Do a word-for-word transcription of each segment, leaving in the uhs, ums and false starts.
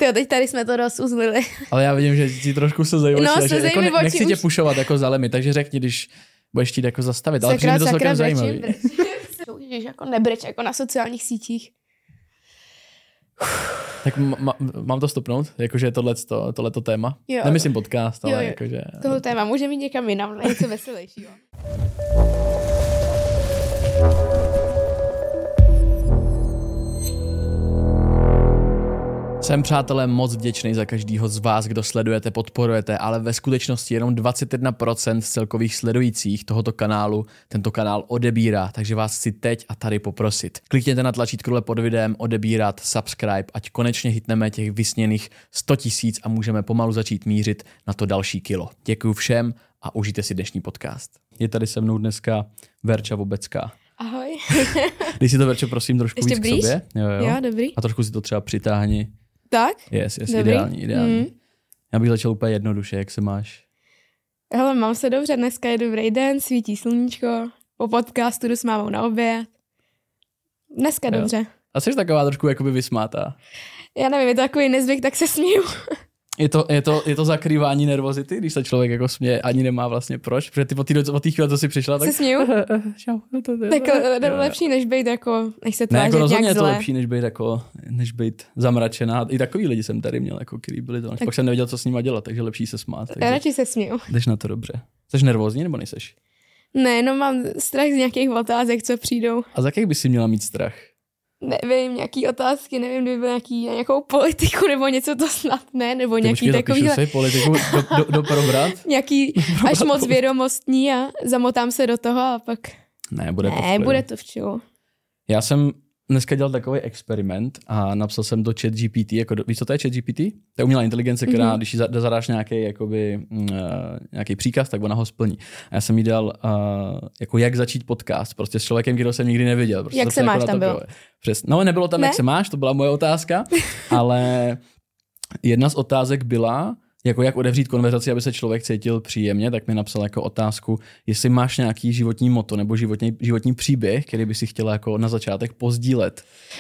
Tyjo, teď tady jsme to dost uzlili. Ale já vidím, že ti trošku se zajímají. No, že se jako ne, nechci už... tě pušovat jako za limit, takže řekni, když budeš chtít jako zastavit. Ale přijde mi to celkem zajímavý. Ježiš, jako nebreč, jako na sociálních sítích. Tak m- m- mám to stopnout? Jakože tohleto, tohleto téma? Jo. Nemyslím podcast, ale jo, jo. jakože... Tohle téma může mít někam jinam, něco veselějšího. Jsem, přátelé, moc vděčný za každýho z vás, kdo sledujete, podporujete, ale ve skutečnosti jenom dvacet jedna procent z celkových sledujících tohoto kanálu tento kanál odebírá, takže vás chci teď a tady poprosit. Klikněte na tlačítko pod videem odebírat, subscribe, ať konečně hitneme těch vysněných sto tisíc a můžeme pomalu začít mířit na to další kilo. Děkuju všem a užijte si dnešní podcast. Je tady se mnou dneska Verča Vobecká. Ahoj. Když si to, Verčo, prosím trošku Ještě víc blíž? k sobě. Jo, jo. Jo, dobrý. A trošku si to třeba přitáhni. Tak? Yes, yes, Dobrý. ideální, ideální. Mm. Já bych začal úplně jednoduše, jak se máš? Hele, mám se dobře, dneska je dobrý den, svítí sluníčko, po podcastu jdu s mámou na oběd. Dneska Jo. dobře. A jsi taková trošku jakoby vysmátá. Já nevím, je to takový nezvyk, tak se směju. Je to, je, to, je to zakrývání nervozity, když se člověk jako směje, ani nemá vlastně proč, protože ty po té po chvíli, co jsi přišla, tak... Se směju? Čau. Tak je lepší, než být jako, než se Ne, tvářit jako rozhodně nějak je to zle. lepší, než být jako, než být zamračená. I takový lidi jsem tady měl, jako který byli to. Tak... Pak jsem nevěděl, co s nima dělat, takže lepší se smát. Já Takže radši se směju. jdeš na to dobře. Jsi nervózní nebo nejseš? Ne, no mám strach z nějakých otázek, co přijdou. A z jakých bys si měla mít strach? Nevím, nějaký otázky, nevím, kdyby byl nějaký, nějakou politiku nebo něco to snad ne, nebo Ty nějaký počkej, takovýhle, zapíšu si politiku do, do, do probrat? nějaký až moc vědomostní a zamotám se do toho a pak Ne, bude to v ne, klidu. bude to v čilu. Já jsem dneska dělal takový experiment a napsal jsem do ChatGPT, jako do, víš, co to je ChatGPT? To je umělá inteligence, která, mm-hmm. když jí zadáš nějaký, jakoby, uh, nějaký příkaz, tak ona ho splní. A já jsem jí dal, uh, jako jak začít podcast, prostě s člověkem, kterého jsem nikdy neviděl. Prostě jak se máš jako tam bylo? Přes, no, nebylo tam, ne? jak se máš, to byla moje otázka, ale jedna z otázek byla, jako jak otevřít konverzaci, aby se člověk cítil příjemně, tak mi napsal jako otázku, jestli máš nějaký životní motto nebo životní, životní příběh, který by si chtěla jako na začátek pozdílet.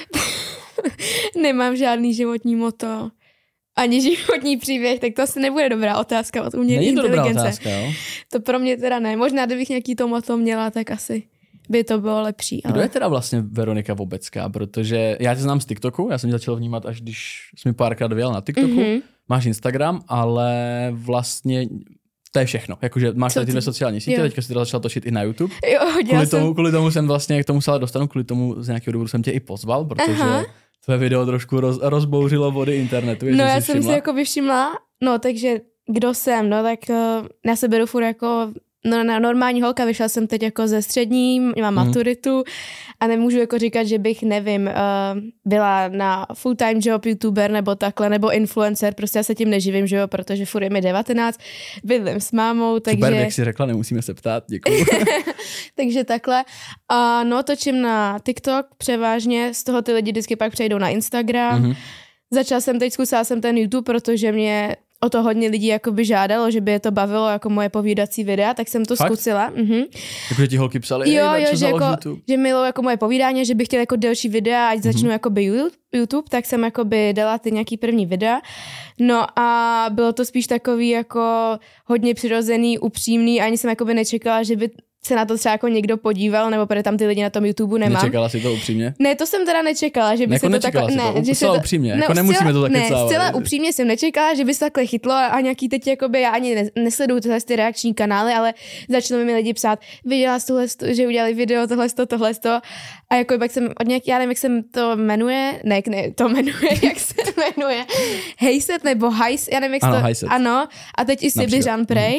Nemám žádný životní moto, ani životní příběh, tak to asi nebude dobrá otázka od umělé Není to dobrá inteligence. otázka, jo? To pro mě teda ne. Možná, kdybych nějaký to moto měla, tak asi by to bylo lepší. Ale... Kdo je teda vlastně Veronika Vobecká? Protože já tě znám z TikToku, já jsem tě začal vnímat, až když jsi mi párkrát vyjel na TikToku. Mm-hmm. Máš Instagram, ale vlastně to je všechno. Jakože máš tady tyhle sociální sítě, jo. Teďka si teda začal točit i na YouTube. Jo, kvůli, jsem... tomu, kvůli tomu jsem vlastně, k tomu se ale dostanu, kvůli tomu z nějakého důvodu jsem tě i pozval, protože Aha. tvé video trošku roz, rozbouřilo vody internetu. No já jsem si jako vyvšimla, no takže kdo jsem, no tak uh, já se beru furt jako no, na normální holka, vyšla jsem teď jako ze střední, mám mm. maturitu a nemůžu jako říkat, že bych, nevím, uh, byla na full-time job youtuber nebo takhle, nebo influencer, prostě já se tím neživím, že jo, protože furt je mi devatenáct, bydlím s mámou, takže... Super, jak jsi řekla, nemusíme se ptát, děkuju. Takže takhle. A no, točím na TikTok převážně, z toho ty lidi vždycky pak přejdou na Instagram. Mm-hmm. Začala jsem teď, zkusila jsem ten YouTube, protože mě o to hodně lidí jakoby žádalo, že by je to bavilo jako moje povídací videa, tak jsem to Fakt? zkusila. Mhm. Takže ti holky psali, jo, hej, jo, že, jako, YouTube. že milují jako moje povídání, že bych chtěla jako delší videa, ať začnu mm-hmm. jakoby YouTube, tak jsem jakoby dala ty nějaký první videa. No a bylo to spíš takový jako hodně přirozený, upřímný, ani jsem jakoby nečekala, že by se na to třeba jako někdo podíval, nebo protože tam ty lidi na tom YouTube nemám. Nečekala si to upřímně? Ne, to jsem teda nečekala, že by jako se to takhle... Ne, to, že se to upřímně, jako no, nemusíme to také Ne, zcela upřímně jsem nečekala, že by se takhle chytlo a nějaký teď jakoby, já ani ne, nesleduju tyhle ty reakční kanály, ale začalo mi lidi psát, viděla jsi tohle, že udělali video, tohle, tohle, a jako pak jsem od nějaký, já nevím, jak se to jmenuje, ne, ne, to jmenuje, jak se jmenuje, Hejset nebo Hajs, já nevím, jak ano, to... Hajset. Ano, a teď i Sibiřan prej.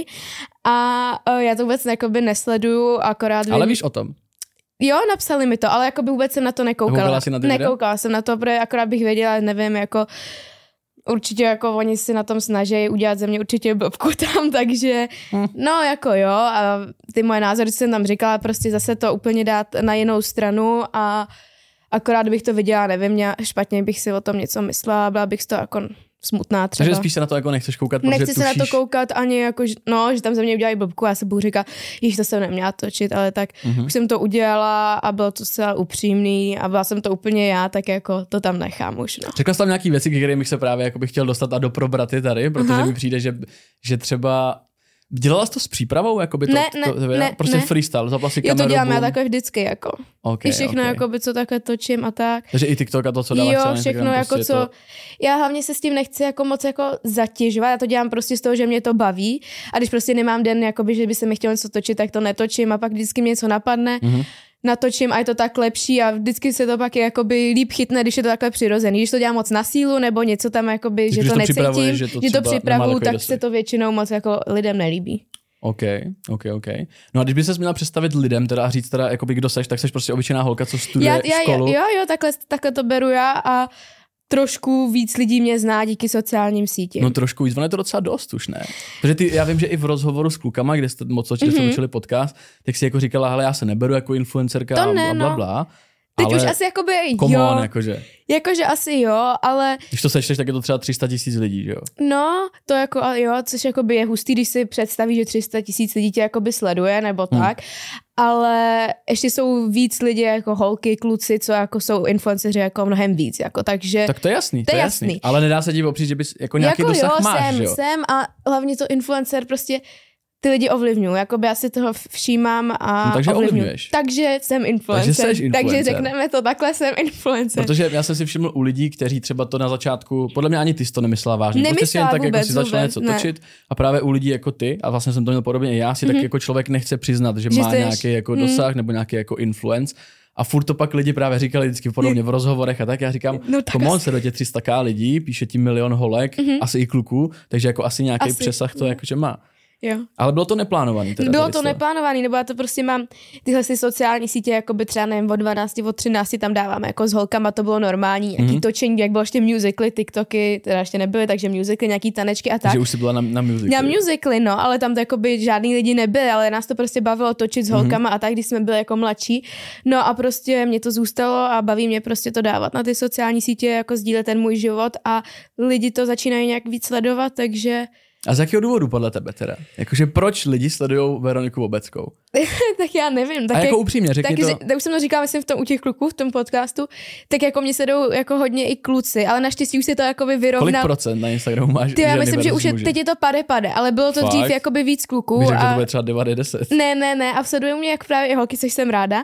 A o, já to vůbec jakoby nesleduju, akorát vím... Ale víš o tom? Jo, napsali mi to, ale jakoby vůbec jsem na to nekoukala. Koukala jsi na ty videa? Nekoukala jsem na to, protože akorát bych věděla, nevím, jako určitě jako oni si na tom snaží udělat ze mě určitě blbku tam, takže hm. no jako jo a ty moje názory, co jsem tam říkala, prostě zase to úplně dát na jinou stranu a akorát bych to viděla, nevím, špatně bych si o tom něco myslela, byla bych z toho jako smutná třeba. Takže spíš se na to jako nechceš koukat, protože Nechci tušíš... se na to koukat ani jako, no, že tam ze mě udělají blbku a já se budu říkat, již to jsem neměla točit, ale tak mm-hmm. už jsem to udělala a bylo to zcela upřímný a byla jsem to úplně já, tak jako to tam nechám už, no. Řekla jsi tam nějaký věci, které bych se právě jako bych chtěl dostat a doprobrat je tady, protože Aha. mi přijde, že, že třeba dělala jsi to s přípravou? Jakoby to, ne, to, to, ne, prostě ne. freestyle, zapla si Jo, kameru. to dělám boom. já takhle vždycky, jako. Okay, I všechno, okay. jakoby, co takhle točím a tak. Takže i TikTok a to, co dáváš Jo, na všechno, Instagram, jako prostě co... To... Já hlavně se s tím nechci jako moc jako zatěžovat, já to dělám prostě z toho, že mě to baví a když prostě nemám den, jakoby, že by se mi chtělo něco točit, tak to netočím a pak vždycky mě něco napadne. Mm-hmm. natočím a je to tak lepší a vždycky se to pak je jakoby líp chytne, když je to takhle přirozený. Když to dělám moc na sílu nebo něco tam jakoby, že to, to necítím, že to, že to připravuju, tak se to většinou moc jako lidem nelíbí. OK, OK, OK. No a když by ses měla představit lidem teda a říct teda, jakoby kdo seš, tak seš prostě obyčejná holka, co studuje já, já, školu. Jo, jo, takhle, takhle to beru já a trošku víc lidí mě zná díky sociálním sítím. No trošku víc, ono je to docela dost už, ne? Protože ty, já vím, že i v rozhovoru s klukama, kde jste moc točili, mm-hmm. jste točili podcast, tak si jako říkala, hele, já se neberu jako influencerka to a ne, bla, bla, bla. No. Teď už asi jakoby come jo. On, jakože. Jakože asi jo, ale... Když to sečteš, tak je to třeba tři sta tisíc lidí, že jo? No, to jako jo, což jakoby je hustý, když si představí, že tři sta tisíc lidí tě jakoby sleduje, nebo hmm. tak. Ale ještě jsou víc lidí jako holky, kluci, co jako jsou influenceři jako mnohem víc, jako takže... Tak to je jasný, to, to je jasný. jasný. Ale nedá se ti opřít, že bys jako nějaký jako dosah jo, máš, jsem, že jo? jsem a hlavně to influencer prostě ty lidi ovlivňují, jakoby já si toho všímám a no, takže ovlivňuji. ovlivňuješ. Takže jsem influencer. Takže seš influencer. Takže řekneme to takhle, jsem influencer. Protože já jsem si všiml u lidí, kteří třeba to na začátku, podle mě ani ty jsi to nemyslela vážně. Nemyslela prostě si jen tak vůbec, jako si začala vůbec, něco ne. točit a právě u lidí jako ty, a vlastně jsem to měl podobně já, si mm-hmm. tak jako člověk nechce přiznat, že, že má jsi... nějaký jako mm. dosah nebo nějaký jako influence. A furt to pak lidi právě říkali vždycky podobně v rozhovorech a tak. Já říkám, no, komon se do těch tři sta tisíc lidí, píše ti milion holek, mm-hmm. asi i kluků, takže jako asi nějaký asi. přesah to jakože má. Jo. Ale bylo to neplánovaný. Teda bylo to neplánovaný, nebo já to prostě mám tyhle si sociální sítě, jako by třeba nevím, od dvanácti, od třinácti tam dáváme jako s holkama, to bylo normální, nějaký mm-hmm. točení, jak bylo ještě musically, TikToky, teda ještě nebyly, takže musically, nějaký tanečky a tak. Takže už jsi byla na, na musically. Na musically, no, ale tam to jako by žádný lidi nebyli, ale nás to prostě bavilo točit s holkama mm-hmm. a tak, když jsme byli jako mladší. No a prostě mě to zůstalo a baví mě prostě to dávat na ty sociální sítě, jako sdílet ten můj život a lidi to začínají nějak víc sledovat, takže... A z jakého důvodu podle tebe teda? Jakože proč lidi sledujou Veroniku Vobeckou? Tak já nevím. Tak a jako jak, upřímně, řekni tak, to. Že, tak už jsem to říkala, myslím v tom u těch kluků, v tom podcastu, tak jako mě sledujou jako hodně i kluci, ale naštěstí už se to jakoby vyrovnal. Kolik procent na Instagramu máš? Ty, já myslím, že už je, teď je to pade pade, ale bylo to Fakt? dřív jakoby víc kluků. Bych řekl, a... že to bude třeba devadesát deset. Ne, ne, ne, a sledují mě jak právě i holky, což jsem ráda.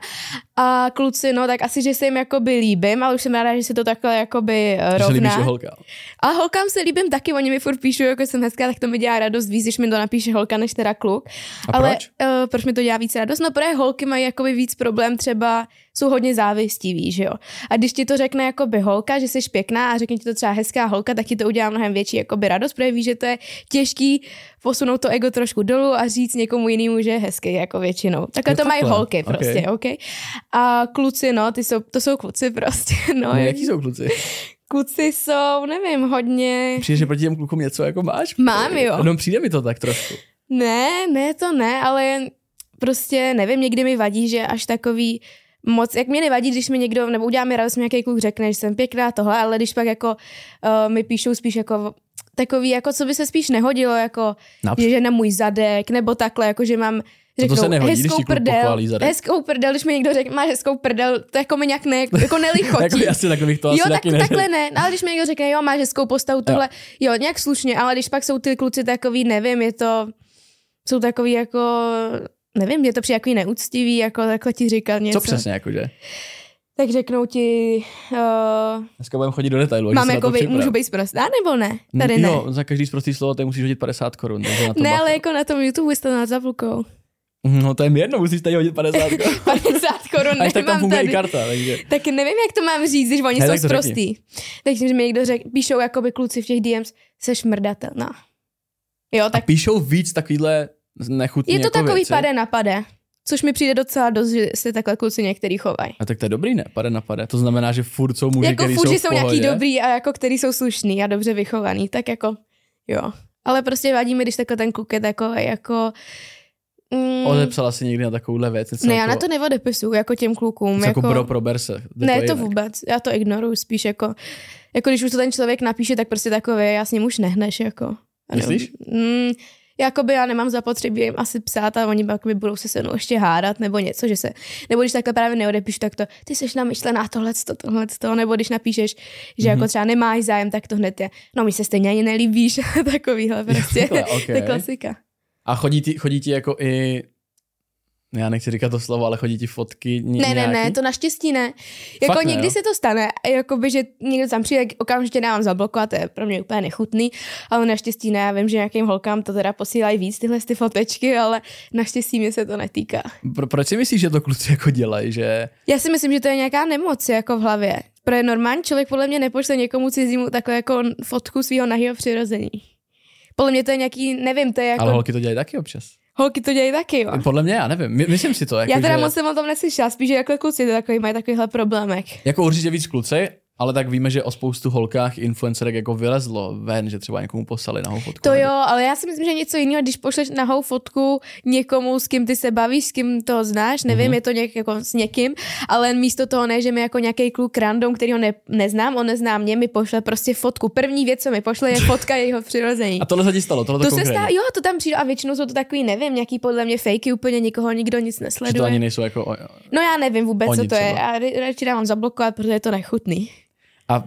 A kluci, no tak asi, že se jim jakoby líbím, ale už jsem ráda, že se to takhle jakoby rovná. Že líbíš holka. A holkám se líbím taky, oni mi furt píšou, jako jsem hezká, tak to mi dělá radost víc, když mi to napíše holka než teda kluk. A ale proč? Uh, proč mi to dělá víc radost? No protože holky mají jakoby víc problém, třeba jsou hodně závistiví, že jo. A když ti to řekne jakoby holka, že jsi pěkná a řekne ti to třeba hezká holka, tak ti to udělá mnohem větší jakoby radost, protože víš, že to je těžký posunout to ego trošku dolů a říct někomu jinému, že je hezký jako většinou. Takhle to mají holky prostě, okay. okay. A kluci, no, ty jsou, to jsou kluci prostě, no. no jaký jsou kluci? Kluci jsou, nevím, hodně... Přijde, že proti těm klukům něco jako máš? Mám, jo. No přijde mi to tak trošku. Ne, ne, to ne, ale prostě nevím, někdy mi vadí, že až takový moc, jak mě nevadí, když mi někdo, nebo udělá mi radost, mi nějaký kluk řekne, že jsem pěkná tohle, ale když pak jako uh, mi píšou spíš jako takový, jako co by se spíš nehodilo, jako Např. že na můj zadek, nebo takhle, jako že mám řeknou, to nehodí, hezkou prdel, hezkou prdel, když mi někdo řekne, máš hezkou prdel, to jako mi nějak ne, jako nelichotí. jako asi takových to asi jo, taky tak, ne. takhle ne, ale když mi někdo řekne, jo, máš hezkou postavu, tohle, jo. jo, nějak slušně, ale když pak jsou ty kluci takový, nevím, je to, jsou takový jako, nevím, je to přijde takový neúctivý, jako takhle ti říkat něco. Co přesně, jakože? Tak řeknou ti... Uh, Dneska budeme chodit do detailu. Mám jako vy, můžu být sprostá, nebo ne? Tady ne. Jo, za každý sprostý slovo tady musíš hodit padesát korun. Ne, bacha. Ale jako na tom YouTube jste nad zablukou. No to je mi jedno, musíš tady hodit padesát korun. padesát korun nemám tak tam funguje tady. I karta. Takže... Tak nevím, jak to mám říct, když oni ne, jsou sprostý. Takže mi někdo řek, píšou jakoby kluci v těch D Ms, seš mrdatelná. Jo, tak... A píšou víc takovýhle nechutný Je to jako takový věci. pade na pade. Což mi přijde docela dost, že se takhle kluci některý chovají. A tak to je dobrý, ne? Pade na pade. To znamená, že furt jsou muži, jako který furt, jsou že v jsou pohodě. nějaký dobrý a jako který jsou slušný a dobře vychovaný. Tak jako, jo. Ale prostě vadí mi, když takhle ten kluk je takový jako... mm. odepsala si někdy na takovouhle věc? Ne, jako... já na to neodepisuju, jako těm klukům. Jako, jako bro, prober se. Ne, to, to vůbec, já to ignoruju spíš jako, jako když už to ten člověk napíše, tak prostě takové, já s ním už nehneš, jako. Myslíš? Mm, jakoby já nemám zapotřebí jim asi psát a oni jakoby budou se se mnou ještě hádat nebo něco, že se, nebo když takhle právě neodepíšu, tak to, ty seš namyšlená tohleto, tohleto, nebo když napíšeš, že mm-hmm. jako třeba nemáš zájem, tak to hned je, no mi se stejně ani nelíbíš, takovýhle prostě, okay. To je klasika. A chodí ti, chodí ti jako i, já nechci říkat to slovo, ale chodí ti fotky ně, Ne, nějaký? ne, ne, to naštěstí ne. Jako Fakt někdy ne, se to stane, jakoby, že někdo tam přijde, okamžitě dávám zablokovat, to je pro mě úplně nechutný, ale naštěstí ne, já vím, že nějakým holkám to teda posílají víc tyhle ty fotečky, ale naštěstí mě se to netýká. Pro, proč si myslíš, že to kluci jako dělají, že... Já si myslím, že to je nějaká nemoc jako v hlavě. Protože normální člověk podle mě nepošle někomu cizímu takhle jako fotku svého nahého přirození. Podle mě to je nějaký, nevím, to je jako... Ale holky to dělají taky občas. Holky to dělají taky, jo. Podle mě, já nevím, My, myslím si to. Jako, já teda že... moc jsem o tom neslyšela, spíš, že jako kluci to takový mají takovýhle problémek. Jako určitě víc kluci, ale tak víme, že o spoustu holkách influencerek jako vylezlo ven, že třeba někomu poslali nahou fotku. To jo, ale já si myslím, že něco jiného, když pošleš nahou fotku někomu, s kým ty se bavíš, s kým to znáš, nevím, mm-hmm. je to něk, jako s někým, ale místo toho ne, že mi jako nějaký kluk random, který ho ne, neznám, on nezná mě, mi pošle prostě fotku. První věc, co mi pošle, je fotka jeho přirození. A tohle se ti stalo, tohle to konkrétně. se stalo, jo, to tam přijde a většinou jsou to takový, nevím, nějaký podle mě fakey, úplně nikoho nikdo nic nesleduje. Že to ani nejsou jako... No já nevím vůbec, co to třeba. je. A radši dávám zablokovat, protože je to nechutný. A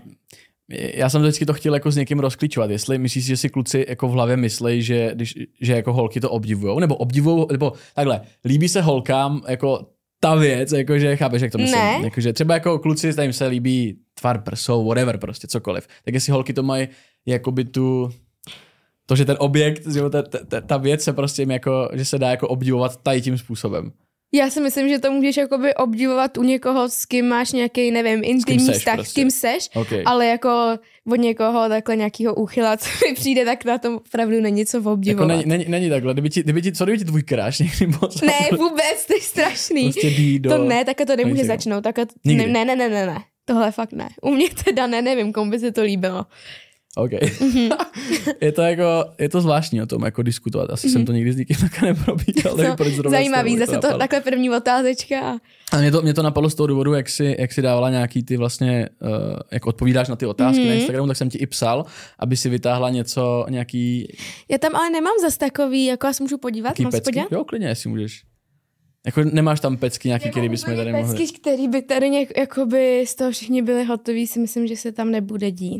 já jsem vždycky to chtěl jako s někým rozklíčovat, jestli myslíš, že si kluci jako v hlavě myslejí, že, když, že jako holky to obdivujou, nebo obdivujou, nebo takhle, líbí se holkám jako ta věc, jakože chápeš, jak to myslím, ne. Jakože třeba jako kluci, jim se líbí tvar prsou, whatever prostě, cokoliv, tak jestli holky to mají jakoby tu, to, že ten objekt, že ta, ta, ta věc se prostě jim jako, že se dá jako obdivovat tady tím způsobem. Já si myslím, že to můžeš jakoby obdivovat u někoho, s kým máš nějaký, nevím, intimní vztah, prostě. S kým seš, okay. Ale jako od někoho takhle nějakýho úchyla, co mi přijde, tak na tom opravdu není co obdivovat. Jako není, není, není takhle, kdyby ti, kdyby ti, co kdyby ti tvůj kráš někdy moc? Ne, vůbec, to je strašný. Prostě do... To ne, takhle to nemůže začnout. Takhle, ne, ne, ne, ne, ne, ne, tohle fakt ne. U mě teda ne, nevím, komu by se to líbilo. OK. Mm-hmm. je to jako, je to zvláštní o tom jako diskutovat. Asi mm-hmm. jsem to nikdy s nikým takhle neprobíhal. No, zajímavý, zase to, to takhle první otázečka. A mě to, mě to napadlo z toho důvodu, jak si, jak si dávala nějaký ty vlastně, uh, jak odpovídáš na ty otázky mm-hmm. na Instagramu, tak jsem ti i psal, aby si vytáhla něco, nějaký... Já tam ale nemám zas takový, jako já se můžu podívat, mám se podívat? Jo, klidně, jestli můžeš. Jako nemáš tam pecky nějaký, jako který bychom tady mohli... Pecky, který by tady nějak, jakoby z toho všichni byli hotoví, si myslím, že se tam nebude dít.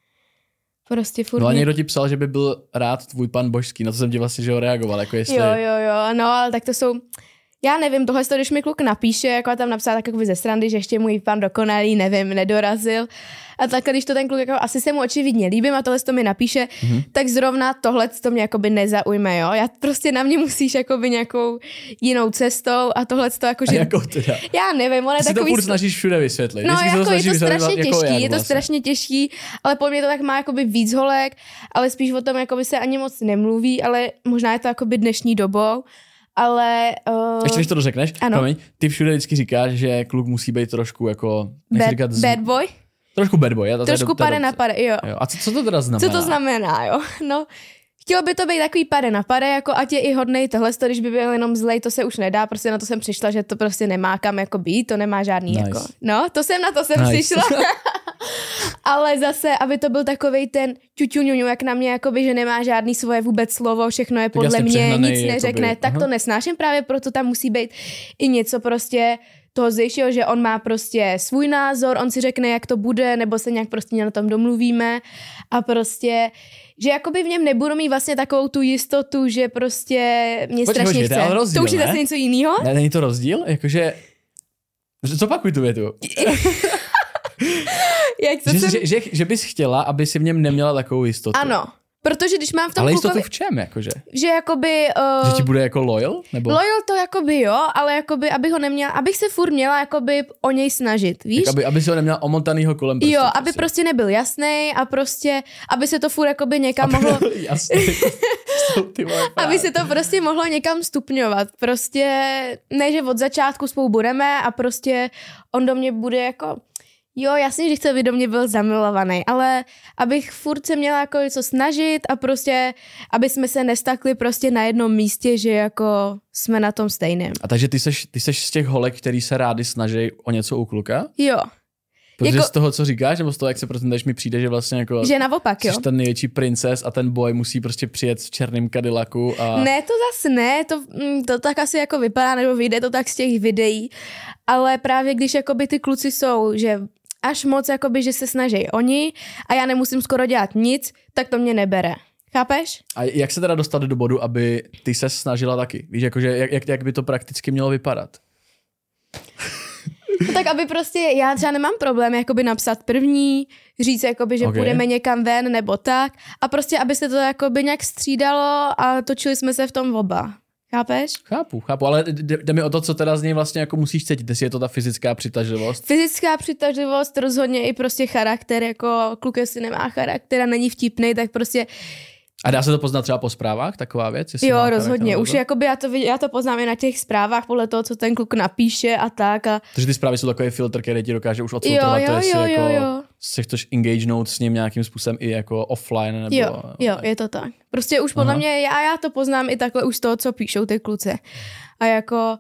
Prostě furt. No a někdo ti psal, že by byl rád tvůj pan božský, na to jsem ti vlastně, že ho reagoval, jako jestli... Jo, jo, jo, no, ale tak to jsou, já nevím, tohle to, když mi kluk napíše, jako tam napsal tak jako ze srandy, že ještě můj pan dokonalý, nevím, nedorazil. A takhle, když to ten kluk, jako asi se mu očividně líbím a tohle to mi napíše, mm-hmm. tak zrovna tohle to mě jakoby nezaujme, jo. Já prostě na mě musíš jakoby nějakou jinou cestou a tohle to jakože... A jakou teda? Já nevím, on je takový... Ty to furt snažíš všude vysvětlit. No Vždycky jako je to strašně těžký, jako je to vlastně. strašně těžký, ale po mě to tak má jakoby víc holek, ale spíš o tom jakoby se ani moc nemluví, ale možná je to jakoby dnešní dobou. Ale... Uh... Ještě když to dořekneš, promiň, ty všude vždycky říkáš, že kluk musí být trošku jako... Bad, říkat z... bad boy? Trošku bad boy. Ja, trošku pade na pade, jo. jo. A co, co to teda znamená? Co to znamená, jo? No, chtělo by to být takový pade na pade, jako ať je i hodnej tohle, když by byl jenom zlej, to se už nedá, prostě na to jsem přišla, že to prostě nemá kam jako být, to nemá žádný nice. Jako... No, to jsem na to jsem nice. přišla. Ale zase, aby to byl takovej ten ťuťuňuňu, jak na mě, jakoby, že nemá žádný svoje vůbec slovo, všechno je podle mě, nic neřekne, jakoby, tak aha. to nesnáším, právě proto tam musí být i něco prostě toho zještěho, že on má prostě svůj názor, on si řekne, jak to bude, nebo se nějak prostě na tom domluvíme a prostě, že jakoby v něm nebudu mít vlastně takovou tu jistotu, že prostě mě Počkej, strašně chce. Rozdíl, to už je zase něco jiného? Ne, není to rozdíl? Jakože, zopakuj tu větu. Jak to že, jsem... že, že, že bys chtěla, aby si v něm neměla takovou jistotu. Ano. Protože když mám v tom ale jistotu klukovi... v čem, jakože? Že jakoby... Uh... Že ti bude jako loyal? Nebo? Loyal to jakoby jo, ale jakoby, abych ho neměla, abych se furt měla jakoby o něj snažit, víš? Tak aby, aby si ho neměla omontanýho kolem prstu. Jo, prostě. Aby prostě nebyl jasnej a prostě, aby se to furt jakoby někam aby mohlo... jasný. Aby se to prostě mohlo někam stupňovat. Prostě ne, že od začátku spolu budeme a prostě on do mě bude jako... Jo, jasně, že chce, aby do mě byl zamilovaný, ale abych furt se měla jako něco snažit a prostě, aby jsme se nestakli prostě na jednom místě, že jako jsme na tom stejném. A takže ty seš, ty seš z těch holek, který se rádi snaží o něco u kluka? Jo. Protože jako, z toho, co říkáš, nebo z toho, jak se prezentuješ, mi přijde, že vlastně jako... Že naopak, jo. Jsi ten největší princes a ten boy musí prostě přijet v černém Cadillacu a... Ne, to zase ne, to, to tak asi jako vypadá, nebo vyjde to tak z těch videí, ale právě když jakoby ty kluci jsou, že až moc jakoby, že se snaží oni a já nemusím skoro dělat nic, tak to mě nebere. Chápeš? A jak se teda dostat do bodu, aby ty se snažila taky? Víš, jakože jak, jak, jak by to prakticky mělo vypadat? No tak aby prostě, já třeba nemám problém jakoby napsat první, říct jakoby, že okay. půjdeme někam ven nebo tak a prostě aby se to jakoby nějak střídalo a točili jsme se v tom oba. Chápeš? Chápu, chápu, ale jde mi o to, co teda z něj vlastně jako musíš cítit, jestli je to ta fyzická přitažlivost. Fyzická přitažlivost, rozhodně i prostě charakter, jako kluk, jestli nemá charakter a není vtipnej, tak prostě... A dá se to poznat třeba po zprávách, taková věc? Jo, rozhodně, už jakoby já to, já to poznám i na těch zprávách podle toho, co ten kluk napíše a tak. A... Takže ty zprávy jsou takový filtr, který ti dokáže už odfiltrovat, to jestli jo, jako jo, jo. se chceš engagenout s ním nějakým způsobem i jako offline. Nebo... Jo, jo, je to tak. Prostě už podle Aha. mě, já, já to poznám i takhle už z toho, co píšou ty kluci. A jako,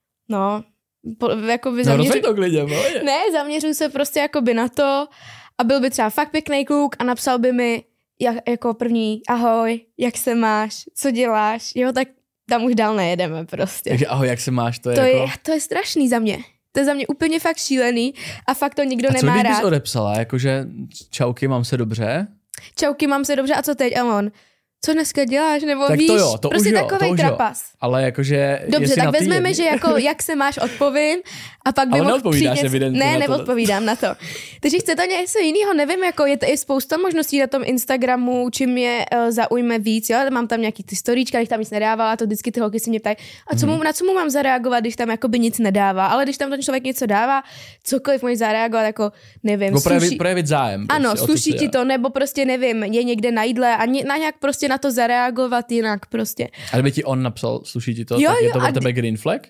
no, po, jakoby zaměřu... No, to klidně, ne, zaměřuju se prostě jakoby na to a byl by třeba fakt pěkný kluk a napsal by mi Jak, jako první, ahoj, jak se máš, co děláš, jo, tak tam už dál nejedeme prostě. Takže ahoj, jak se máš, to je to jako... Je, to je strašný za mě. To je za mě úplně fakt šílený a fakt to nikdo a nemá rád. A co když bys odepsala, jakože čauky, mám se dobře? Čauky, mám se dobře a co teď, a on? Co dneska děláš, nebo tak víš, to jo, to prostě už jo, takovej to už trapas. Jo. Ale jakože... Dobře, tak vezmeme, je... že jako jak se máš, odpovím a pak by ale mohl přijít něco... Ne, na neodpovídám na to. Takže chce to něco jiného, nevím, jako je to i spousta možností na tom Instagramu, čím je uh, zaujme víc, jo, mám tam nějaký ty storíčka, když tam nic nedávala, to vždycky ty holky si mě ptají, a co mu, hmm. na co mu mám zareagovat, když tam jakoby nic nedává, ale když tam ten člověk něco dává, cokoliv může zareagovat, jako nevím, jako projevit, sluší... projevit zájem. Prostě, ano, sluší ti to, nebo prostě nevím, je někde na jídle a na nějak prostě na to zareagovat jinak prostě. A kdyby ti on napsal, sluší ti to, jo, tak je to jo, pro tebe green flag?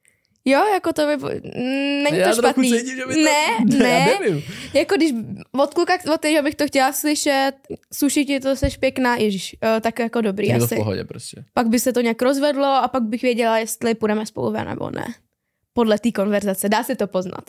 Jo, jako to by... Není já to špatný. Cítím, že by to... Ne, ne. Já nevím. Jako když od kluka, od toho bych to chtěla slyšet, sluší ti to, seš pěkná, ježiš, tak jako dobrý je asi. Je to v pohodě prostě. Pak by se to nějak rozvedlo a pak bych věděla, jestli půjdeme spolu ven nebo ne. Podle té konverzace. Dá se to poznat.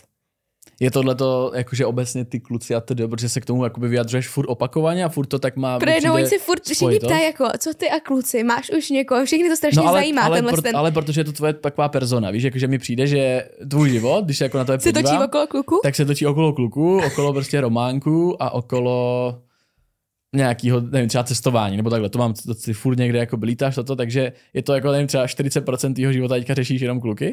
Je tohleto jakože obecně ty kluci a tedy, protože se k tomu jakoby vyjadřuješ furt opakovaně a furt to tak má... Protože oni si furt všichni ptají jako, co ty a kluci, máš už někoho, všichni to strašně no ale, zajímá. Ale, tenhle pro, ten... ale protože je to tvoje taková persona, víš, jakože mi přijde, že tvůj život, když se jako na to podívám, se točí okolo kluku? Tak se točí okolo kluku, okolo prostě románku a okolo nějakého, nevím, třeba cestování, nebo takhle, to mám, to si furt někde jako lítáš toto, takže je to jako, nevím, třeba čtyřicet procent tvýho života teďka řešíš jenom kluky?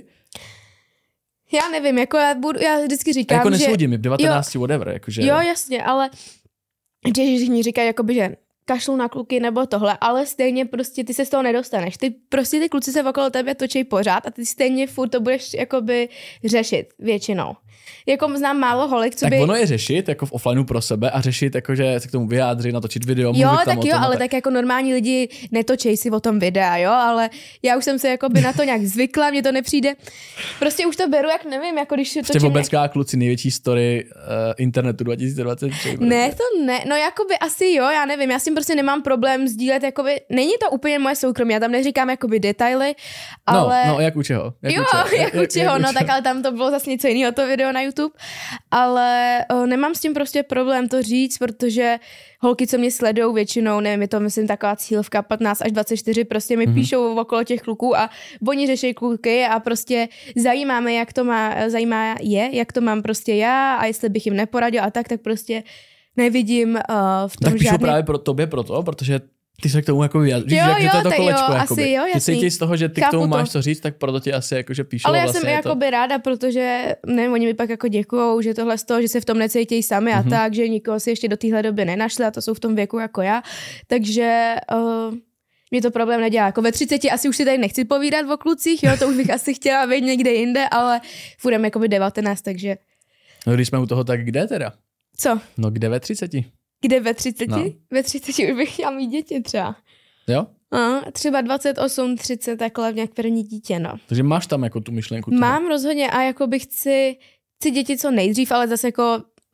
Já nevím, jako já, budu, já vždycky říkám, jako že... nesoudím, v devatenácti jo, whatever, jakože... Jo, jasně, ale že mi říkají, jakoby, že kašlu na kluky nebo tohle, ale stejně prostě ty se z toho nedostaneš. Ty prostě ty kluci se okolo tebe točí pořád a ty stejně furt to budeš jakoby řešit většinou. Jako znám málo holek, co tak by... Tak ono je řešit jako v offlineu pro sebe a řešit jakože se k tomu vyjádřit, natočit video, jo, mluvit tam tak o tom. Jo, ale tak... tak jako normální lidi netočej si o tom videa, jo, ale já už jsem se jakoby na to nějak zvykla, mně to nepřijde. Prostě už to beru, jak nevím, jako když točím... Vůbecká nějak... kluci, největší story uh, internetu dva tisíce dvacet tři. Ne, to ne, no jakoby asi jo, já nevím, já s tím prostě nemám problém sdílet, jakoby, není to úplně moje soukromí, já tam neříkám jakoby detaily, ale... No, no, jak u čeho? Jak jo, u čeho? jak, jak u čeho, jak, no jak tak ale tam to bylo zase něco jiného, to video na YouTube, ale o, nemám s tím prostě problém to říct, protože holky, co mě sledujou většinou, nevím, je to myslím taková cílovka patnáct až dvacet čtyři, prostě mi mm-hmm. píšou okolo těch kluků a oni řeší kluky a prostě zajímáme, jak to má, zajímá je, jak to mám prostě já a jestli bych jim neporadil a tak, tak prostě nevidím uh, v tom tak píšou žádný... právě pro tobě proto, protože ty se k tomu jako vyjadříš, jo, že jo, to je to kolečko, jo, jakoby. Asi, jo, ty cítíš z toho, že ty Chápu k tomu to. máš co říct, tak proto ti asi jakože píšou. Ale já vlastně jsem jakoby to... ráda, protože nevím, oni mi pak jako děkujou, že tohle z toho, že se v tom necítějí sami mm-hmm. a tak, že nikoho si ještě do téhle doby nenašli a to jsou v tom věku jako já, takže uh, mě to problém nedělá. Jako ve třiceti asi už si tady nechci povídat o klucích, jo, to už bych asi chtěla být někde jinde, ale furt jakoby devatenáct, takže... No když jsme u toho, tak kde teda? Co? No kde ve třiceti? Kde ve třiceti? No. Ve třiceti už bych chtěla mít děti třeba. Jo? A, třeba dvacet osm, třicet, takhle nějak první dítě, no. Takže máš tam jako tu myšlenku? Toho. Mám rozhodně a jako bych chci, chci děti co nejdřív, ale zase jako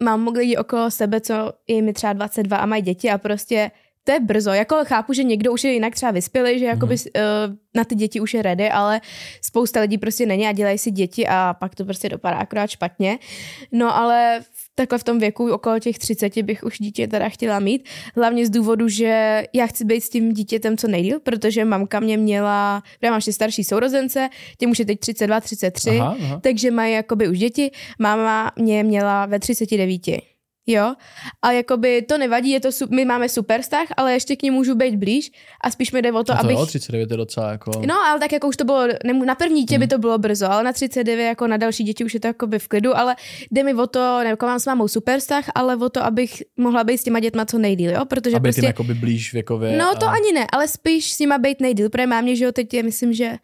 mám lidi okolo sebe, co je mi třeba dvacet dva a mají děti a prostě to je brzo. Jako chápu, že někdo už je jinak třeba vyspělý, že jakoby, mm. uh, na ty děti už je ready, ale spousta lidí prostě není a dělají si děti a pak to prostě dopadá akorát špatně. No ale takhle v tom věku okolo těch třiceti bych už dítě teda chtěla mít. Hlavně z důvodu, že já chci být s tím dítětem co nejdýl, protože mamka mě měla, já mám ještě starší sourozence, těm už je teď třicet dva, třicet tři, aha, aha. takže mají jakoby už děti. Máma mě měla ve třiceti devíti. Jo, a jakoby to nevadí, je to, my máme super vztah, ale ještě k ní můžu být blíž a spíš mi jde o to, a to abych... jo, třicet devět je docela jako... No, ale tak jako už to bylo, na první dítě hmm. by to bylo brzo, ale na třicet devět jako na další děti už je to jakoby v klidu, ale jde mi o to, jako mám s mámou super vztah, ale o to, abych mohla být s těma dětma co nejdýl, jo, protože aby prostě... tím jakoby blíž věkově. No a... to ani ne, ale spíš s nima být nejdýl, protože mámě, že jo, teď je, myslím, že...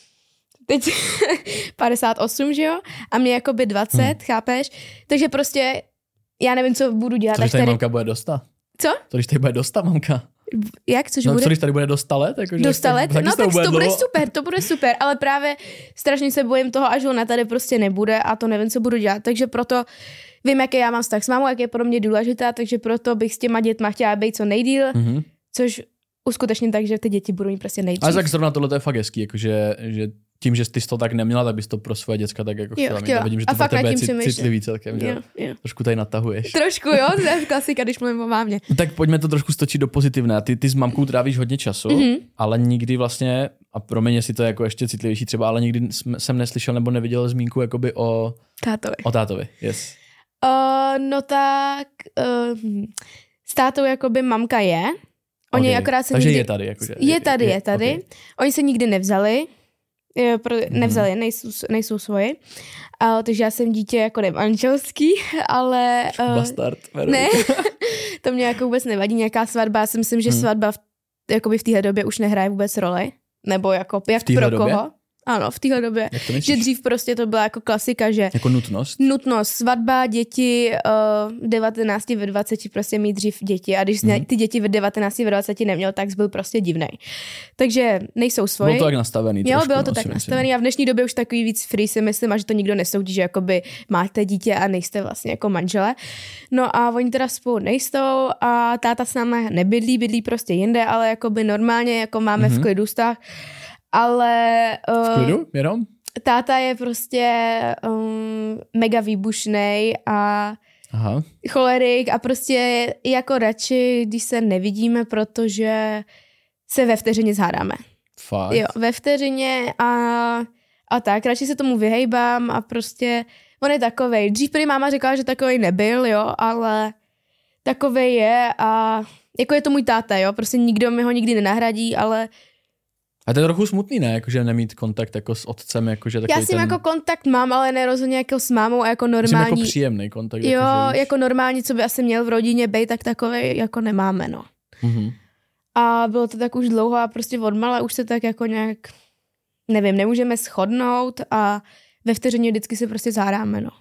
Teď padesát osm, že jo, a mě jakoby dvacet, hmm. chápeš, takže prostě... Já nevím, co budu dělat. Co když tady, tady mamka bude dosta? Co? Co když tady bude dosta, mamka? Jak? Což no, bude? Co když tady bude dosta let? Jako, dosta let? Tak, no tak bude to bude dlouho... super, to bude super, ale právě strašně se bojím toho, až ona tady prostě nebude a to nevím, co budu dělat. Takže proto vím, jaký já mám vztah s mámou, jak je pro mě důležitá, takže proto bych s těma dětma chtěla být co nejdýl, mm-hmm. což uskutečně tak, že ty děti budou mít prostě nejdřív. Ale tak zrovna tohle to je fakt hezký, jakože, že tím, že ty jsi to tak neměla, tak bys to pro svoje děcka tak jako chtěla mít. Já vidím, že to pro tebe je cit, citlivý celkem, že jo, jo. Trošku tady natahuješ. Trošku, jo, to je klasika, když mluvím o mámě. Tak pojďme to trošku stočit do pozitivné. Ty, ty s mamkou trávíš hodně času, mm-hmm. ale nikdy vlastně, a pro mě si to jako ještě citlivější třeba, ale nikdy jsem neslyšel nebo neviděl zmínku jakoby o tátovi. O tátovi, yes. Uh, no tak, uh, s tátou jakoby mamka je. Oni okay. akorát se Takže nikdy... je tady. Jakože, je tady, je, je tady. Okay. Oni se nikdy nevzali. Je, pro, nevzali, hmm. nejsou, nejsou svoji. Uh, takže já jsem dítě jako nemanželský, ale... Uh, Bastard. Ne, to mě jako vůbec nevadí. Nějaká svatba, já si myslím, že hmm. svatba v, jakoby v téhle době už nehraje vůbec roli. Nebo jako, jak pro době? koho. Ano, v téhle době. Že dřív prostě to byla jako klasika, že... Jako nutnost? Nutnost. Svatba, děti uh, v devatenácti, ve dvaceti prostě mít dřív děti. A když mm. ty děti v devatenácti, ve dvaceti neměl, tak byl prostě divnej. Takže nejsou svoji. Bylo to tak nastavený. Jo, trošku, bylo to no, tak nastavený a v dnešní době už takový víc free si myslím a že to nikdo nesoudí, že jakoby máte dítě a nejste vlastně jako manžele. No a oni teda spolu nejsou a táta s námi nebydlí, bydlí prostě jinde, ale jakoby normálně jako máme mm-hmm. v klidu vztah. Ale... Uh, v klidu? Jenom? Táta je prostě um, mega výbušnej a Aha. cholerik a prostě jako radši, když se nevidíme, protože se ve vteřině zhádáme. Fakt? Jo, ve vteřině a, a tak, radši se tomu vyhejbám a prostě on je takovej. Dřív prý máma říkala, že takovej nebyl, jo, ale takovej je a jako je to můj táta, jo, prostě nikdo mi ho nikdy nenahradí, ale a to je trochu smutný, ne? Jakože nemít kontakt jako s otcem, jakože takový já s ním ten... jako kontakt mám, ale ne rozhodně jako s mámou a jako normální... Myslím jako příjemný kontakt. Jo, jako, jako normální, co by asi měl v rodině být, tak takové jako nemáme, no. Mm-hmm. A bylo to tak už dlouho a prostě odmala už se tak jako nějak, nevím, nemůžeme shodnout a ve vteřině vždycky se prostě zhádáme, no.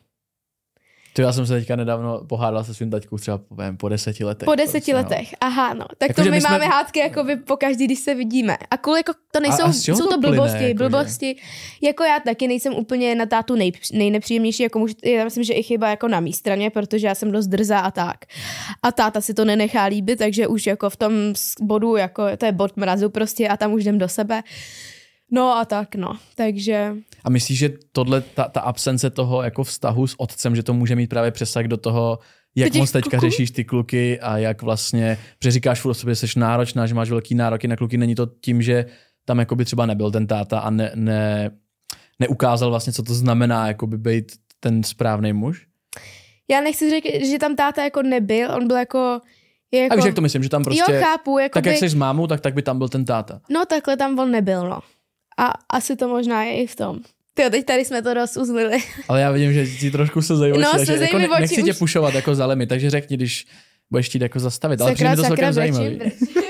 To já jsem se teďka nedávno pohádal se svým taťkou třeba po, po deseti letech. Po deseti prostě, letech, no. Aha, no. Tak jako, to my jsme... máme hádky jakoby po každý, když se vidíme. A kvůli jako to nejsou, a, a jsou to, to blbosti, plyne, blbosti. Jako, že... jako já taky nejsem úplně na tátu nej, nejnepříjemnější, jako můžu, já myslím, že i chyba jako na mý straně, protože já jsem dost drzá a tak. A táta si to nenechá líbit, takže už jako v tom bodu, jako to je bod mrazu prostě a tam už jdem do sebe. No a tak, no. Takže... A myslíš, že tohle, ta, ta absence toho jako vztahu s otcem, že to může mít právě přesah do toho, jak moc teďka kluků? Řešíš ty kluky a jak vlastně, protože říkáš furt o sobě, že jsi náročná, že máš velký nároky na kluky, není to tím, že tam jakoby třeba nebyl ten táta a ne, ne, neukázal vlastně, co to znamená jakoby být ten správný muž? Já nechci říct, že tam táta jako nebyl, on byl jako... jako... A víš, jak to myslím, že tam prostě... Jo, chápu, jakoby... Tak jak jsi s mámou, tak, tak by tam byl ten táta. No takhle tam on nebyl, no. A asi to možná je i v tom. Tyjo, teď tady jsme to dost uzlili. Ale já vidím, že ti trošku se zajímají. No, takže jako ne, nechci už... tě pušovat jako za lemmy, takže řekni, když budeš chtít jako zastavit. Ale přijde mi to celkem zajímavý.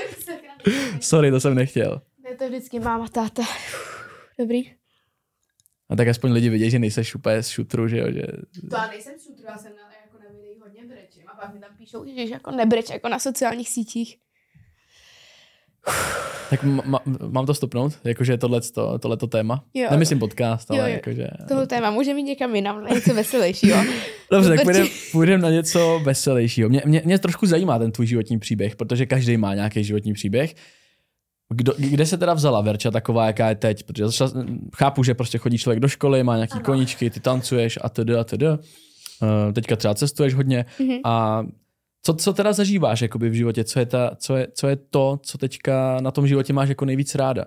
Sorry, to jsem nechtěl. Je to vždycky máma, táta. Dobrý. A tak aspoň lidi vidí, že nejseš úplně z šutru, že jo? Že... To já nejsem z šutru, já jsem na, jako na videích hodně brečím. A pak mi tam píšou, že jako nebreč, jako na sociálních sítích. Uf. Tak ma, mám to stopnout? Jakože tohleto, tohleto téma? Jo. Nemyslím podcast, ale jo, jo. jakože... Tohle téma může mít někam jinam, na něco veselějšího. Dobře, tak půjdeme půjdem na něco veselějšího. Mě, mě, mě trošku zajímá ten tvůj životní příběh, protože každý má nějaký životní příběh. Kdo, kde se teda vzala Verča taková, jaká je teď? Protože začala, chápu, že prostě chodí člověk do školy, má nějaký ano. koníčky, ty tancuješ a tedy a tedy. Uh, teďka třeba cestuješ hodně. Mm-hmm. A co, co teda zažíváš jakoby v životě? Co je, ta, co, je, co je to, co teďka na tom životě máš jako nejvíc ráda?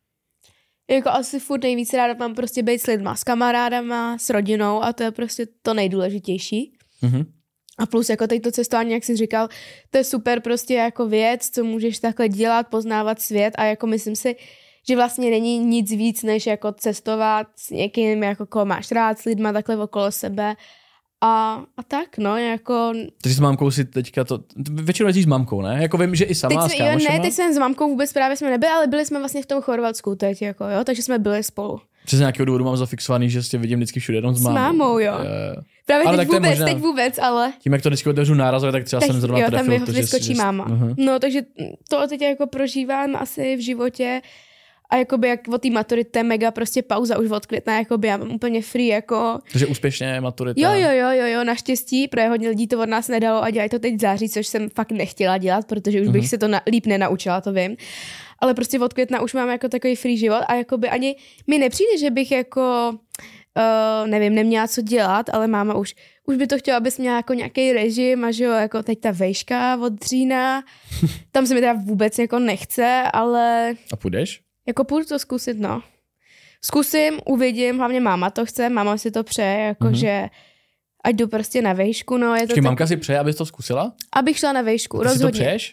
Jako asi furt nejvíc ráda mám prostě být s lidma, s kamarádama, s rodinou a to je prostě to nejdůležitější. Mm-hmm. A plus jako teď to cestování, jak jsi říkal, to je super prostě jako věc, co můžeš takhle dělat, poznávat svět a jako myslím si, že vlastně není nic víc, než jako cestovat s někým, jako koho máš rád, s lidma takhle okolo sebe a, a tak, no, jako... Takže s mámkou si teďka to... Většinou jezdíš s mámkou, ne? Jako vím, že i sama teď s kámošema. Ne, teď jsme s mámkou vůbec právě jsme nebyli, ale byli jsme vlastně v tom Chorvatsku teď, jako jo, takže jsme byli spolu. Přes nějakého důvodu mám zafixovaný, že tě vidím vždycky všude jenom s mámou. S mámou, jo. Je... Právě ale teď vůbec, možná, teď vůbec, ale... Tím, jak to vždycky otevřu nárazově, tak třeba tak, jsem zrovna jo, trefil. Jo, tam mi vyskočí máma. Uh-huh. No, takže to teď jako prožívám asi v životě a jakoby jak od té maturity je mega prostě pauza už od května, jakoby já mám úplně free, jako... Takže úspěšně maturita. Jo, jo, jo, jo, jo, naštěstí, protože hodně lidí to od nás nedalo a dělají to teď v září, což jsem fakt nechtěla dělat, protože už uh-huh. bych se to na, líp nenaučila, to vím. Ale prostě od května už mám jako takový free život a jakoby ani mi nepřijde, že bych jako, uh, nevím, neměla co dělat, ale máma už, už by to chtěla, abys měla jako nějaký režim a že jo, jako teď ta vejška od října, tam se mi teda vůbec jako nechce, ale... A půjdeš? Jako půjdu to zkusit, no. Zkusím, uvidím, hlavně máma to chce, máma si to přeje, jakože mm-hmm. ať jdu prostě na vejšku, no. Je to Počkej, tak... mamka si přeje, abys to zkusila? Abych šla na vejšku, ty rozhodně. Ty si to přeješ?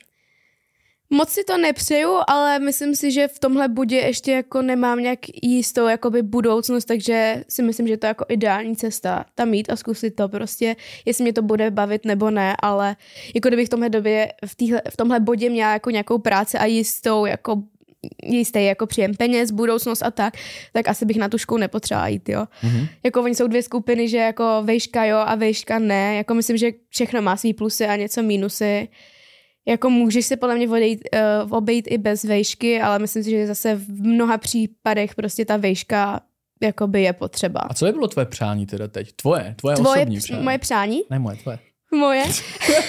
Moc si to nepřeju, ale myslím si, že v tomhle bodě ještě jako nemám nějak jistou jakoby budoucnost, takže si myslím, že to je jako ideální cesta tam jít a zkusit to prostě, jestli mě to bude bavit nebo ne, ale jako kdybych v tomhle době, v, týhle, v tomhle bodě měla jako nějakou práci a jistou jako jistý jako příjem peněz, budoucnost a tak, tak asi bych na tu školu nepotřebovala jít, jo. Mm-hmm. Jako oni jsou dvě skupiny, že jako vejška jo a vejška ne, jako myslím, že všechno má svý plusy a něco mínusy. Jako můžeš se podle mě odejít, uh, obejít i bez vejšky, ale myslím si, že zase v mnoha případech prostě ta vejška jakoby je potřeba. A co je bylo tvoje přání teda teď? Tvoje, tvoje, tvoje osobní přání. Moje přání? Ne moje, tvoje. Moje? uh,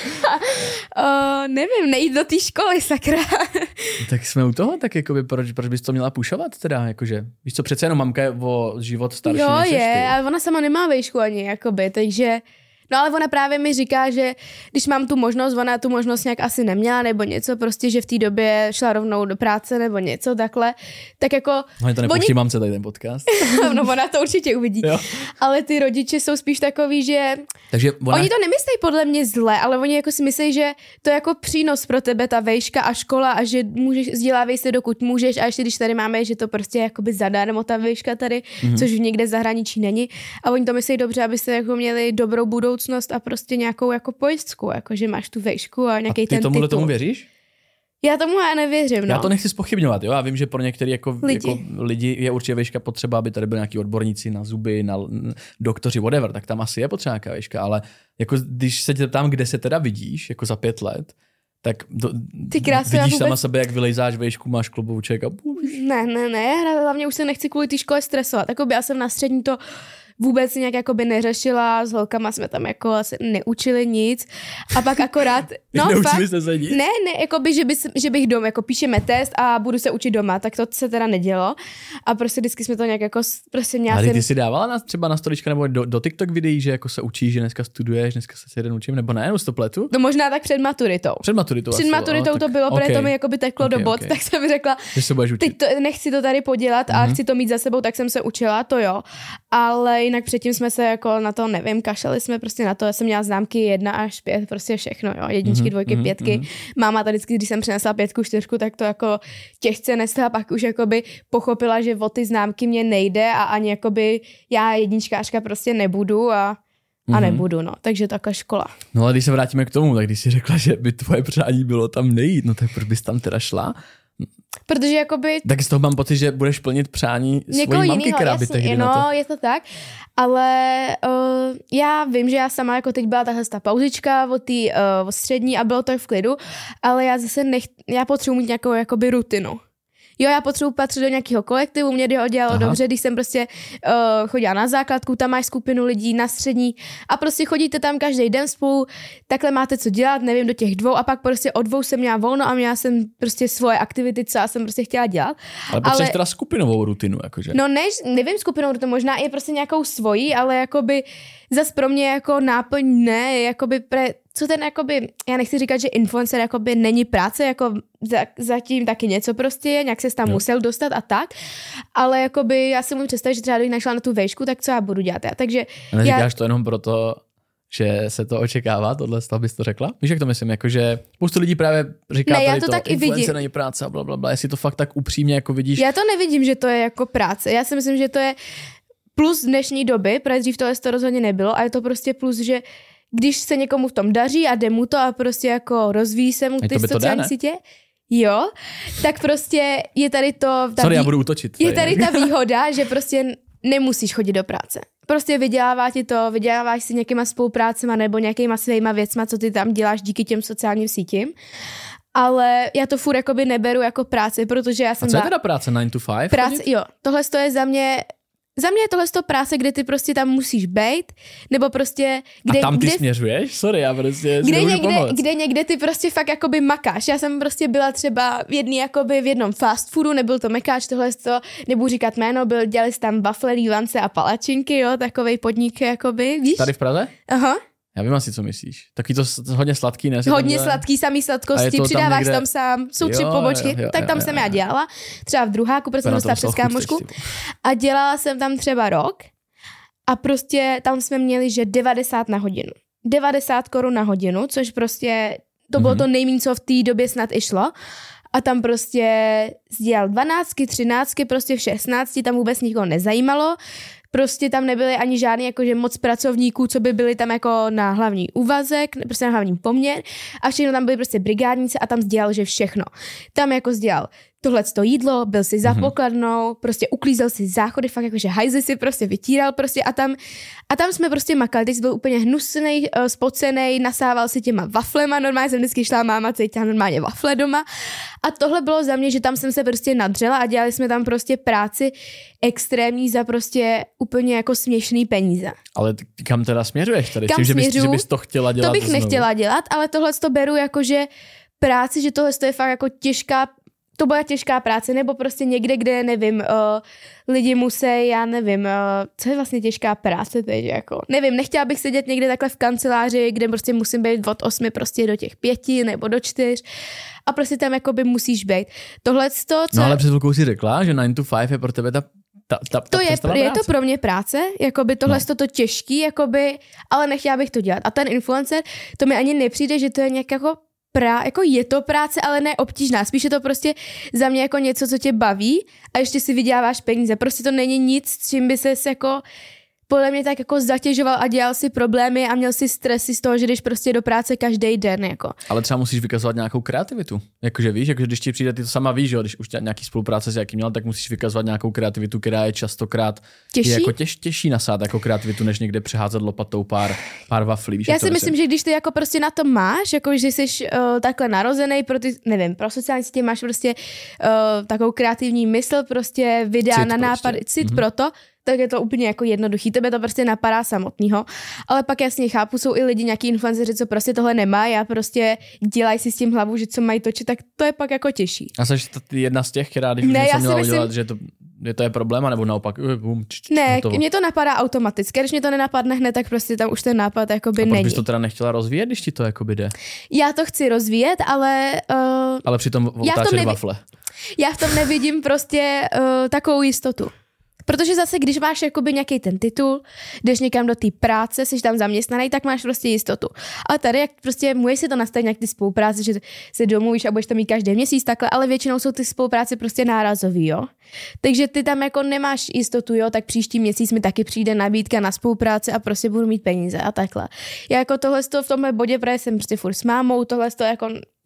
nevím, nejít do té školy, sakra. Tak jsme u toho, tak jakoby, proč, proč bys to měla pušovat teda, jakože, víš co, přece jenom mamka je o život starší jo, než je, ty. ale ona sama nemá vejšku ani, jakoby, takže... No ale ona právě mi říká, že když mám tu možnost, ona tu možnost nějak asi neměla nebo něco, prostě, že v té době šla rovnou do práce nebo něco takhle, tak jako... No to nepouští oni... mamce tady ten podcast. No ona to určitě uvidí. Jo. Ale ty rodiče jsou spíš takový, že... Takže ona... Oni to nemyslí podle mě zle, ale oni jako si myslí, že to je jako přínos pro tebe ta vejška a škola a že můžeš, vzdělávej se dokud můžeš a ještě když tady máme, že to prostě je jakoby zadarmo ta vejška tady, mm-hmm. což v někde v zahraničí není. A oni to myslí dobře, abyste jako měli dobrou budoucnost a prostě nějakou jako pojistku, jako že máš tu vejšku a nějaký ten titul. A ty tomuhle tomu věříš? Já tomu já nevěřím, no. Já to nechci zpochybňovat, jo, já vím, že pro některé jako lidi. jako lidi je určitě vejška potřeba, aby tady byli nějaký odborníci na zuby, na doktoři, whatever, tak tam asi je potřeba nějaká vejška, ale jako když se tě tam, kde se teda vidíš, jako za pět let, tak do, Ty krásy, vidíš vůbec... sama sebe, jak vylejzáš vejšku, máš klobouček a... Ne, ne, ne, hlavně už se nechci kvůli té škole stresovat, jako by já jsem na střední to vůbec nějak jakoby neřešila, s holkama jsme tam jako asi neučili nic a pak akorát, no neučili jste se nic? Ne, ne, jakoby, že, bys, že bych doma, jako píšeme test a budu se učit doma, tak to se teda nedělo a prostě vždycky jsme to nějak jako prostě měla. Ale jsem... ty si dávala na, třeba na storička nebo do, do TikTok videí, že jako se učíš, že dneska studuješ, dneska se jeden učím, nebo ne, nebo to pletu? No možná tak před maturitou. Před maturitou. Před maturitou no, to bylo, okay. protože to mi jakoby teklo okay, do bod, okay. Tak jsem řekla, že se budeš učit. Teď to, nechci to tady podělat a mm-hmm. chci to mít za sebou, tak jsem se učila, to jo, ale jinak předtím jsme se jako na to, nevím, kašeli jsme prostě na to, já jsem měla známky jedna až pět, prostě všechno, jo, jedničky, mm-hmm, dvojky, mm-hmm, pětky. Mm-hmm. Máma tady vždycky, když jsem přinesla pětku, čtyřku, tak to jako těžce nesla a pak už jakoby pochopila, že o ty známky mě nejde a ani jakoby já jedničkářka prostě nebudu a a nebudu, no, takže taková škola. No ale když se vrátíme k tomu, tak když jsi řekla, že by tvoje přání bylo tam nejít, no tak proč bys tam teda šla? Protože jakoby... Tak z toho mám pocit, že budeš plnit přání svojí mamky, která by tehdy no, na to... No, je to tak, ale uh, já vím, že já sama jako teď byla tahle ta pauzička od té uh, střední a bylo to v klidu, ale já zase nech... já potřebuji mít nějakou jakoby rutinu. Jo, já potřebuji patřit do nějakého kolektivu, mě to dělalo Aha. dobře, když jsem prostě uh, chodila na základku, tam máš skupinu lidí na střední a prostě chodíte tam každý den spolu, takhle máte co dělat, nevím, do těch dvou a pak prostě od dvou jsem měla volno a měla jsem prostě svoje aktivity, co já jsem prostě chtěla dělat. Ale potřebuješ teda skupinovou rutinu, jakože. No ne, nevím skupinovou rutinu, možná je prostě nějakou svojí, ale jakoby zas pro mě jako náplň ne, jakoby pre, co ten jakoby, já nechci říkat, že influencer jakoby není práce, jako za, zatím taky něco prostě je, nějak se tam jo. musel dostat a tak, ale jakoby já si můžu představit, že třeba kdybych našla na tu vejšku, tak co já budu dělat já, takže... A neříkáš já... to jenom proto, že se to očekává, tohle stav bys to řekla? Víš, jak to myslím, jakože spoustu lidí právě říká, ne, já to, to tak i vidím. Není práce a blablabla, jestli to fakt tak upřímně jako vidíš. Já to nevidím, že to je jako práce, já si myslím, že to je plus dnešní doby, protože dřív tohle to rozhodně nebylo a je to prostě plus, že když se někomu v tom daří a jde mu to a prostě jako rozvíjí se mu ty sociální sítě, jo, tak prostě je tady to... Sorry, vý... já budu útočit. Tady. Je tady ta výhoda, že prostě nemusíš chodit do práce. Prostě vydělává ti to, vyděláváš si nějakýma spoluprácema nebo nějakýma svýma věcma, co ty tam děláš díky těm sociálním sítím. Ale já to furt jakoby neberu jako práci, protože já jsem... A co je teda práce? nine to five? Práce, jo, tohle to je za mě... Za mě je tohle to práce, kde ty prostě tam musíš bejt, nebo prostě... Kde, a tam ty kde, směřuješ? Sorry, já prostě kde někde, kde někde ty prostě fakt jakoby makáš. Já jsem prostě byla třeba v jedný jakoby v jednom fast foodu, nebyl to mekáč, tohle to, nebudu říkat jméno, byl, dělali tam wafle, lívance a palačinky, jo, takovej podnik jakoby, víš? Tady v Praze? Aha. Já vím asi, co myslíš. Taky to hodně sladký, ne? Hodně sladký, samý sladkosti, přidáváš tam, někde... tam sám, jsou tři pobočky, jo, jo, tak tam jo, jsem jo, já dělala. Třeba v druháku, protože jsem dostala přes kámošku. A dělala jsem tam třeba rok a prostě tam jsme měli, že devadesát na hodinu. devadesát korun na hodinu, což prostě, to bylo mm-hmm. to nejméně, co v té době snad i šlo. A tam prostě sdělal dvanáctky, třináctky, prostě v šestnácti, tam vůbec nikoho nezajímalo. Prostě tam nebyly ani žádný jakože moc pracovníků, co by byli tam jako na hlavní úvazek, prostě na hlavní poměr a všechno tam byly prostě brigádníci a tam sdělal, že všechno. Tam jako sdělal tohleto jídlo, byl si za pokladnou, prostě uklízel si záchody, fakt jakože hajzy si prostě vytíral prostě a tam, a tam jsme prostě makali, teď jsi byl úplně hnusnej, spocenej, nasával si těma waflema, normálně jsem vždycky šla, máma cítila normálně wafle doma a tohle bylo za mě, že tam jsem se prostě nadřela a dělali jsme tam prostě práci extrémní za prostě úplně jako směšný peníze. Ale kam teda směřuješ tady? Kam Tím, že bys, směřu, že bys to chtěla dělat? To bych znovu. nechtěla dělat, ale tohle to beru jako, že práci, že tohle je fakt jako těžká, to byla těžká práce, nebo prostě někde, kde, nevím, uh, lidi musí, já nevím, uh, co je vlastně těžká práce teď, jako, nevím, nechtěla bych sedět někde takhle v kanceláři, kde prostě musím být od osmi prostě do těch pěti nebo do čtyř a prostě tam jakoby musíš být. Tohle to, co... No ale před chvilkou si řekla, že nine to five je pro tebe ta Ta, ta, ta to je, je to pro mě práce, jakoby tohle no. to těžký, jakoby, ale nechtěla bych to dělat. A ten influencer, to mi ani nepřijde, že to je nějak jako Pra, jako je to práce, ale ne obtížná. Spíš je to prostě za mě jako něco, co tě baví a ještě si vyděláváš peníze. Prostě to není nic, s čím by ses jako podle mě tak jako zatěžoval a dělal si problémy a měl si stresy z toho, že jdeš prostě do práce každý den. Jako. Ale třeba musíš vykazovat nějakou kreativitu. Jakože víš, jakože když ti přijde, ty to sama víš, že když už nějaký spolupráce s jakým měl, tak musíš vykazovat nějakou kreativitu, která je častokrát těžší, je jako těž, těžší nasát jako kreativitu, než někde přeházet lopatou pár, pár waflí. Víš, já si myslím, že když ty jako prostě na to máš, jako že jsi uh, takhle narozený, pro ty, nevím, pro sociální sítě máš prostě uh, takovou kreativní mysl, prostě videa cit na nápad, prostě. cit mm-hmm. pro to, tak je to úplně jako jednoduchý, tebe to prostě napadá samotného. Ale pak jasně chápu, jsou i lidi, nějaký influenceři, co prostě tohle nemají a prostě dělají si s tím hlavu, že co mají točit, tak to je pak jako těžší. A jsi jedna z těch, která když ne, už měla myslím... udělat, že to, je to je problém, nebo naopak? Bum, č, č, ne, mě to napadá automaticky, když mě to nenapadne hned, tak prostě tam už ten nápad jakoby není. A proč bys to teda nechtěla rozvíjet, když ti to jakoby jde? Já to chci rozvíjet, ale... Uh, ale přitom otáčet wafle. Já v tom nevidím prostě uh, takovou jistotu. Protože zase, když máš jakoby nějaký ten titul, jdeš někam do té práce, jsi tam zaměstnaný, tak máš prostě jistotu. Ale tady, jak prostě můžeš si to nastavit nějak ty spolupráce, že se domluvíš a budeš tam mít každý měsíc takhle, ale většinou jsou ty spolupráce prostě nárazový, jo. Takže ty tam jako nemáš jistotu, jo, tak příští měsíc mi taky přijde nabídka na spolupráci a prostě budu mít peníze a takhle. Já jako tohle v tomhle bodě, protože jsem prostě furt s mámou, tohle jako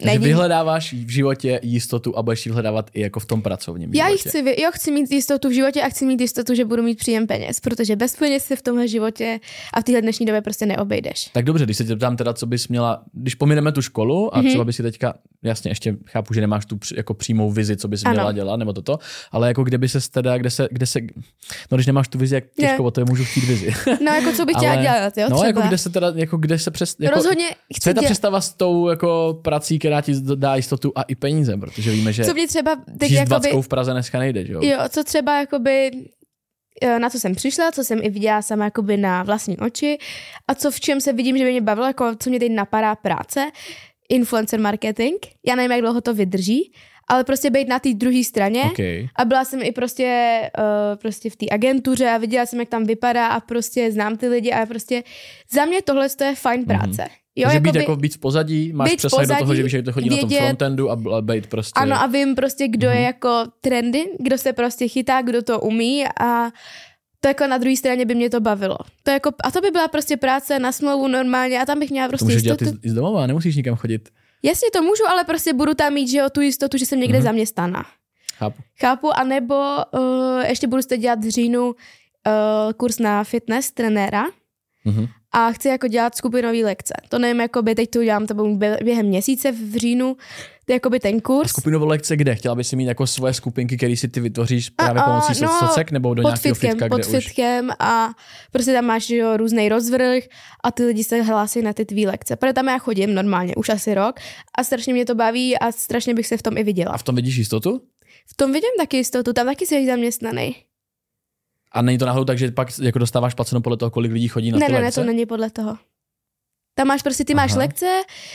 Takže vyhledáváš v životě jistotu a budeš ji vyhledávat i jako v tom pracovním Já životě. Já chci, jo, chci mít jistotu v životě a chci mít jistotu, že budu mít příjem peněz, protože bez peněz se v tomhle životě a v téhle dnešní době prostě neobejdeš. Tak dobře, když se tě ptám teda, co bys měla, když pomineme tu školu a mm-hmm. třeba by si teďka, jasně, ještě chápu, že nemáš tu jako přímou vizi, co bys měla ano. dělat, nebo toto, ale jako kde by ses teda, kde se, kde se, no když nemáš tu vizi, jak těžko o to můžu chtít vizi. No jako co bych chtěla ale, dělat, jo, no, třeba. jako kde se teda, jako kde se přes, jako, rozhodně chci je ta dělat... představa s tou jako prací, která ti dá jistotu a i peníze, protože víme, že co mě třeba teď žít jakoby... v Praze dneska nejde, že jo? Jo, co třeba jakoby na co jsem přišla, co jsem i viděla sama jakoby na vlastní oči a co v čem se vidím, že by mě bavilo, jako co mě teď napadá práce, influencer marketing. Já nevím, jak dlouho to vydrží, ale prostě být na té druhé straně okay. a byla jsem i prostě, uh, prostě v té agentuře a viděla jsem, jak tam vypadá a prostě znám ty lidi a prostě za mě tohle je fajn práce. Mm-hmm. Jo, takže jako být, by, jako být v pozadí, máš přesah do toho, že víš, jak to chodí vědět, na tom frontendu a být prostě... Ano a vím prostě, kdo mm-hmm. je jako trendy, kdo se prostě chytá, kdo to umí a to jako na druhé straně by mě to bavilo. To jako, a to by byla prostě práce na smlouvu normálně a tam bych měla prostě to můžeš jistotu. dělat i z domova, nemusíš nikam chodit. Jasně to můžu, ale prostě budu tam mít, že jo, tu jistotu, že jsem někde mm-hmm. zaměstnaná. Chápu. Chápu, anebo uh, ještě budu se dělat v říjnu uh, kurz na fitness trenéra. Mm-hmm. A chci jako dělat skupinový lekce. To nevím, jakoby teď to udělám to během měsíce v říjnu, to je jakoby ten kurz. A skupinovou lekce kde? Chtěla bys si mít jako svoje skupinky, které si ty vytvoříš právě a, a, pomocí no, socek nebo do nějakého fitkem, fitka, pod kde fitkem už... a prostě tam máš jo, různej rozvrh a ty lidi se hlásí na ty tvý lekce. Protože tam já chodím normálně už asi rok a strašně mě to baví a strašně bych se v tom i viděla. A v tom vidíš jistotu? V tom vidím taky jistotu, tam taky jsi zaměstnaný. A není to náhodou tak, že pak jako dostáváš placeno podle toho, kolik lidí chodí na ne, ty ne, lekce? Ne, to není podle toho. Tam máš prostě, ty máš Aha. lekce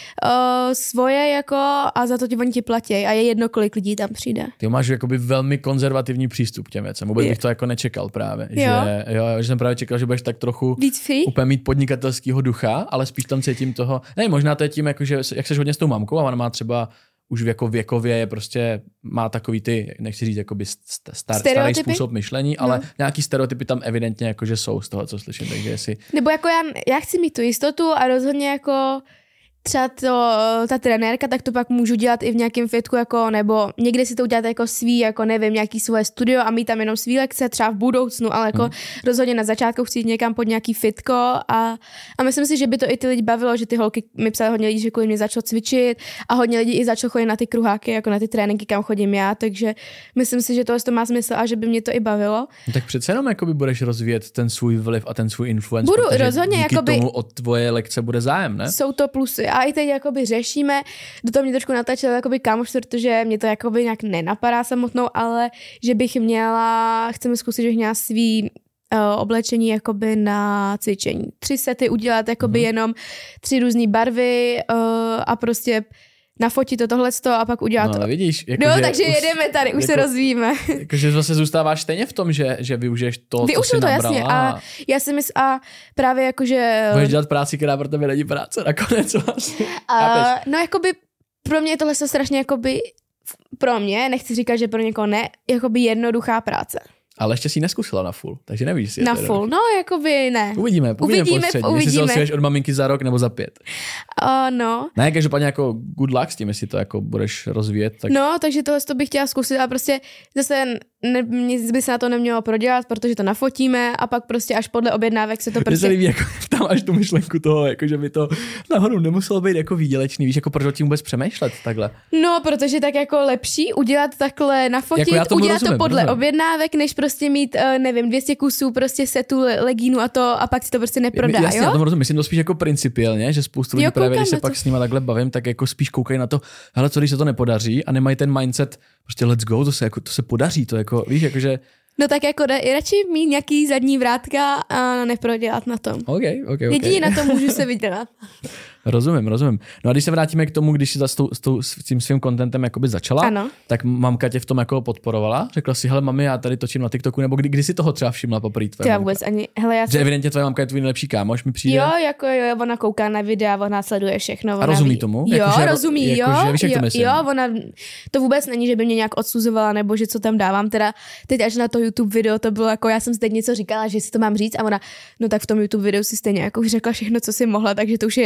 uh, svoje jako a za to ti oni ti platí a je jedno, kolik lidí tam přijde. Ty máš jakoby velmi konzervativní přístup k těm věcem. Vůbec je. bych to jako nečekal právě. Jo. Že, jo, že jsem právě čekal, že budeš tak trochu úplně mít podnikatelského ducha, ale spíš tam cítím toho, ne, možná to je tím, jako, že jak seš hodně s tou mamkou a ona má třeba už jako věkově je prostě, má takový ty, nechci říct, jakoby star, starý způsob myšlení, no. ale nějaký stereotypy tam evidentně jakože jsou z toho, co slyším, takže jestli... Nebo jako já, já chci mít tu jistotu a rozhodně jako třeba to, ta trenérka, tak to pak můžu dělat i v nějakém fitku, jako, nebo někde si to udělat jako svý, jako nevím, nějaký svoje studio a mít tam jenom svý lekce, třeba v budoucnu, ale jako hmm. rozhodně na začátku chci jít někam pod nějaký fitko a, a myslím si, že by to i ty lidi bavilo, že ty holky mi psali hodně lidí, že kvůli mě začalo cvičit a hodně lidí i začalo chodit na ty kruháky, jako na ty tréninky, kam chodím já, takže myslím si, že tohle to má smysl a že by mě to i bavilo. No tak přece jenom jakoby budeš rozvíjet ten svůj vliv a ten svůj influence, budu rozhodně, díky jakoby, tomu od tvoje lekce bude zájem, ne? Jsou to plusy. A i teď jakoby řešíme, do toho mě trošku natlačil jakoby kámoš, protože mě to jakoby nějak nenapadá samotnou, ale že bych měla, chceme zkusit, že bych měla svý uh, oblečení jakoby na cvičení. Tři sety udělat jakoby mm-hmm. jenom tři různé barvy uh, a prostě nafotit to tohleto a pak udělat no, to. Vidíš, jako no, že takže už, jedeme tady, už jako, se rozvíjíme. Jakože zase zůstáváš stejně v tom, že, že využiješ to, Využiju co jsi to, nabrala. Jasně. A já si myslím, a právě jakože... Budeš dělat práci, která pro tebe není práce nakonec vlastně. A, no jakoby pro mě je tohle strašně jakoby, pro mě, nechci říkat, že pro někoho ne, jakoby jednoduchá práce. Ale ještě si ji neskusila na full, takže nevíš si. Na full, no jakoby ne. Uvidíme, uvidíme, uvidíme postředně, jestli se osvěješ od maminky za rok nebo za pět. Uh, no. Ne, každopádně jako good luck s tím, jestli to jako budeš rozvíjet. Tak... No, takže tohle to bych chtěla zkusit a prostě zase ne, nic by se na to nemělo prodělat, protože to nafotíme a pak prostě až podle objednávek se to prostě... Mně se líbí, jako tam až tu myšlenku toho, jako že by to nahoru nemuselo být jako výdělečný, víš, jako proč o tím vůbec přemýšlet takhle. No, protože tak jako lepší udělat takhle, nafotit, jako udělat rozumím, to podle rozumím. objednávek, než prostě mít, nevím, dvě stě kusů prostě setu legínu a to a pak si to prostě neprodá, Jasně, jo? já tomu rozumím, myslím to spíš jako principiálně, že spoustu lidí právě, když se pak s nima takhle bavím, tak jako spíš koukají na to, hele, co když se to nepodaří a nemají ten mindset, prostě let's go, to se jako to se podaří, to jako, víš, jakože no tak jako radši mít nějaký zadní vrátka a neprodělat na tom. Okay, okay, okay. Jedině na to můžu se vydělat. Rozumím, rozumím. No a když se vrátíme k tomu, když jsi s, tou, s, tou, s tím svým contentem jakoby začala, ano. tak mamka tě v tom jako podporovala? Řekla si, hele mami, já tady točím na TikToku, nebo kdy, kdy jsi toho třeba všimla poprvé tvoje mamka? Vůbec ani, hele, já že jsem... evidentně tvoje mamka je tvůj nejlepší kámoš, mi přijde. Jo, jako jo, ona kouká na videa, ona sleduje všechno. Ona a rozumí ví. tomu? Jo, jako, že, rozumí, jako, jo, že víš, jak jo, to myslím. jo, ona, to vůbec není, že by mě nějak odsuzovala, nebo že co tam dávám, teda teď až na to YouTube video, to bylo jako, já jsem si teď něco říkala, že si to mám říct a ona, no tak v tom YouTube videu si stejně jako už řekla všechno, co si mohla, takže to už je jedno, co ty tady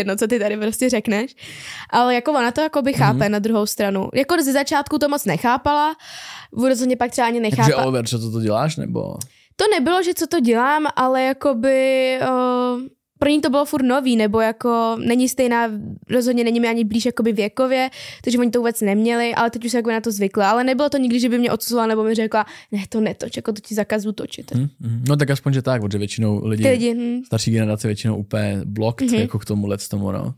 tady prostě řekneš. Ale jako ona to jako by chápe mm. na druhou stranu. Jako ze začátku to moc nechápala, vůbec mě pak třeba ani nechápala. Takže Oliver, co to, to děláš, nebo? To nebylo, že co to dělám, ale jakoby uh, pro ní to bylo furt nový, nebo jako není stejná, rozhodně není mi ani blíž jakoby věkově, takže oni to vůbec neměli, ale teď už se jako na to zvykla, ale nebylo to nikdy, že by mě odsuzovala nebo mi řekla, ne, to netoč, jako to ti zakazu točit. Hmm, hmm. No tak aspoň, že tak, protože většinou lidi, lidi hm. starší generace většinou úplně blocked, mm-hmm. jako k tomu let tomu, no.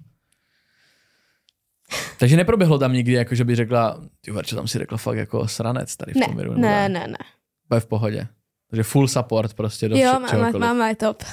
Takže neproběhlo tam nikdy, jako že by řekla, ty Verčo, tam si řekla fakt jako sranec tady v ne, tom videu. Ne, ne, ne. Bude v pohodě. Takže full support prostě do jo, máma, máma je top.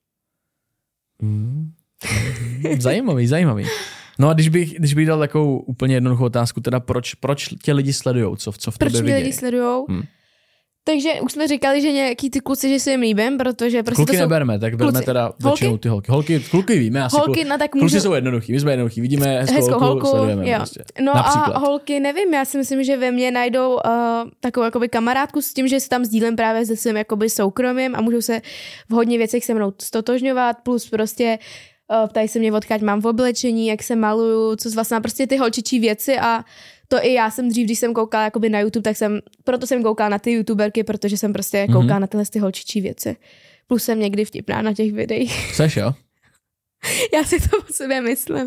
Mm. Zajímavý, zajímavý. No a když bych, když bych dal takovou úplně jednoduchou otázku, teda proč, proč tě lidi sledujou, co, co v tobě vidějí? Proč mě lidi sledujou? Hmm. Takže už jsme říkali, že nějaký ty kluci, že se jim líbím, protože prostě kluky to jsou... neberme, tak berme kluci. Teda většinou ty holky. Holky, kluky víme asi. Holky, no tak můžu... Kluci jsou jednoduchý, my jsme jednoduchý, vidíme hezkou, hezkou holku, holku, sledujeme jo. prostě. No například. A holky, nevím, já si myslím, že ve mně najdou uh, takovou jakoby kamarádku s tím, že se tam sdílím právě se svým jakoby soukromím a můžou se v hodně věcech se mnou stotožňovat, plus prostě uh, ptají se mě, odkud mám v oblečení, jak se maluju, co vlastně prostě ty holčičí věci a to i já jsem dřív, když jsem koukala jakoby na YouTube, tak jsem, proto jsem koukala na ty youtuberky, protože jsem prostě koukala mm-hmm. na tyhle ty holčičí věci. Plus jsem někdy vtipná na těch videích. Jseš, jo? Já si to o sobě myslím.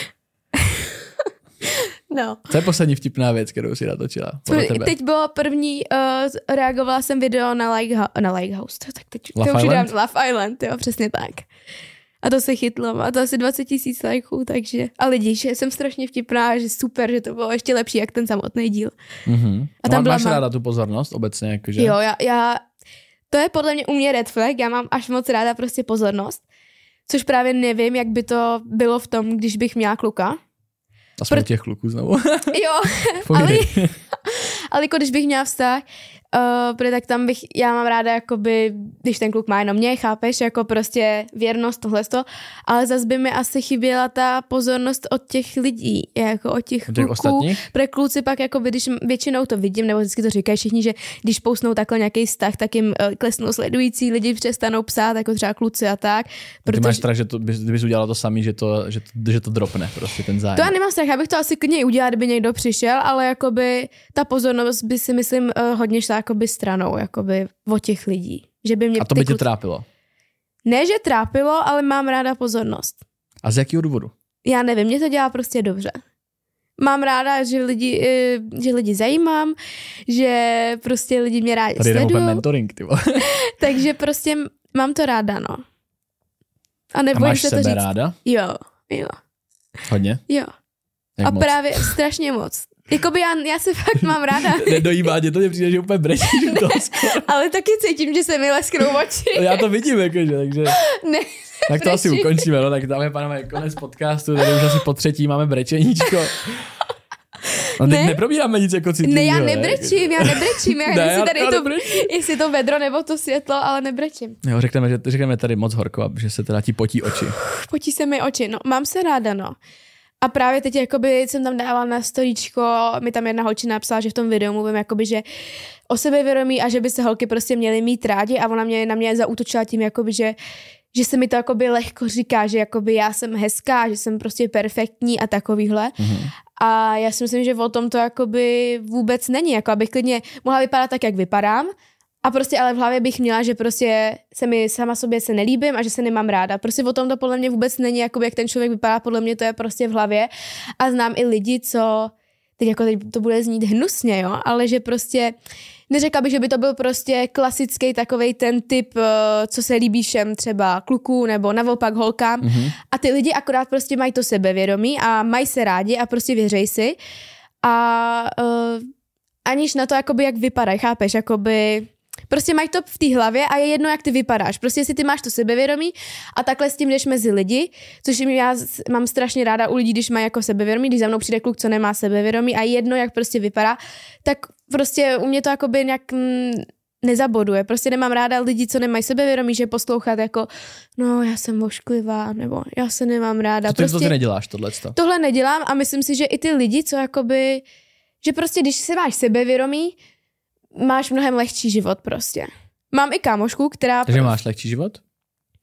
No. Co je poslední vtipná věc, kterou si natočila? Tebe? Teď bylo první, uh, reagovala jsem video na Like, na like House. Tak teď, Love to Island? Dám, Love Island, jo, přesně tak. A to se chytlo, a to asi dvacet tisíc lajků, takže... A lidi, že jsem strašně vtipná, že super, že to bylo ještě lepší, jak ten samotný díl. Mm-hmm. A tam no, byla máš má... ráda tu pozornost obecně, jakože? Jo, já, já... To je podle mě u mě red flag, já mám až moc ráda prostě pozornost, což právě nevím, jak by to bylo v tom, když bych měla kluka. Aspoň Pr- těch kluků znovu. Jo, ale, ale jako když bych měla vztah, uh, protože tak tam bych, já mám ráda jakoby, když ten kluk má jenom mě, chápeš, jako prostě věrnost, tohleto, ale zase by mi asi chyběla ta pozornost od těch lidí, jako od těch, od těch kluků. Ostatních? Pro kluci pak, jakoby, když většinou to vidím, nebo vždycky to říkají všichni, že když pousnou takhle nějaký vztah, tak jim uh, klesnou sledující, lidi přestanou psát, jako třeba kluci a tak. Protože... Ty máš strach, že to, kdybys udělala to samý, že to, že to, že to dropne prostě ten zájem. To já nemám strach, já bych to asi klidně udělala, kdyby někdo přišel, ale jakoby ta pozornost by si myslím uh, hodně šla jakoby stranou, jakoby od těch lidí. Že by mě a to by tě kluci... trápilo? Ne, že trápilo, ale mám ráda pozornost. A z jakého důvodu? Já nevím, mě to dělá prostě dobře. Mám ráda, že lidi, že lidi zajímám, že prostě lidi mě rádi sledují. Tady sledují. mentoring, ty vole. Takže prostě mám to ráda, no. A, a máš se sebe to říct. ráda? Jo, jo. Hodně? Jo. Jak a moc? právě strašně moc. Jakoby já, já se fakt mám ráda. Nedojímá tě to, mě přijde, že úplně brečíš v toho skoro. Ale taky cítím, že se mi lesknou oči. Já to vidím, jakože, takže... Ne, tak to asi ukončíme, no, tak dáme, pánové, konec podcastu, tady už asi po třetí máme brečeníčko. No teď ne? neprobíráme nic jako citlivého. Ne, já nebrečím, já nebrečím, já ne, nevím, já tady to, to, jestli to vedro nebo to světlo, ale nebrečím. Jo, řekneme, že, řekneme tady moc horko, že se teda ti potí oči. Potí se mi oči, no, mám se ráda, no. A právě teď jakoby jsem tam dávala na storíčko, mi tam jedna holčina napsala, že v tom videu mluvím jakoby, že o sebevědomí a že by se holky prostě měly mít rádi a ona mě na mě zaútočila tím jakoby, že že se mi to jakoby lehko říká, že jakoby já jsem hezká, že jsem prostě perfektní a takovýhle. Mm-hmm. A já si myslím, že o tom to jakoby vůbec není, jako abych klidně mohla vypadat tak, jak vypadám, a prostě ale v hlavě bych měla, že prostě se mi sama sobě se nelíbím a že se nemám ráda. Prostě o tom to podle mě vůbec není, jakoby jak ten člověk vypadá, podle mě to je prostě v hlavě. A znám i lidi, co, teď jako teď to bude znít hnusně, jo, ale že prostě neřekla bych, že by to byl prostě klasický takovej ten typ, co se líbí všem třeba kluků nebo naopak holkám. Mm-hmm. A ty lidi akorát prostě mají to sebevědomí a mají se rádi a prostě věřej si. A uh, aniž na to, jakoby jak vypadají, chápeš, jakoby... Prostě mají to v té hlavě a je jedno, jak ty vypadáš. Prostě jestli ty máš to sebevědomí a takhle s tím jdeš mezi lidi, což já mám strašně ráda u lidí, když mají jako sebevědomí, když za mnou přijde kluk, co nemá sebevědomí a jedno, jak prostě vypadá, tak prostě u mě to jakoby nějak mm, nezaboduje. Prostě nemám ráda lidi, co nemají sebevědomí, že poslouchat jako no, já jsem vošklivá, nebo já se nemám ráda. To ty, prostě, to ty neděláš, tohleto. Tohle nedělám a myslím si, že i ty lidi, co jakoby, že prostě když se máš sebevědomí, máš mnohem lehčí život prostě. Mám i kámošku, která... Takže máš lehčí život?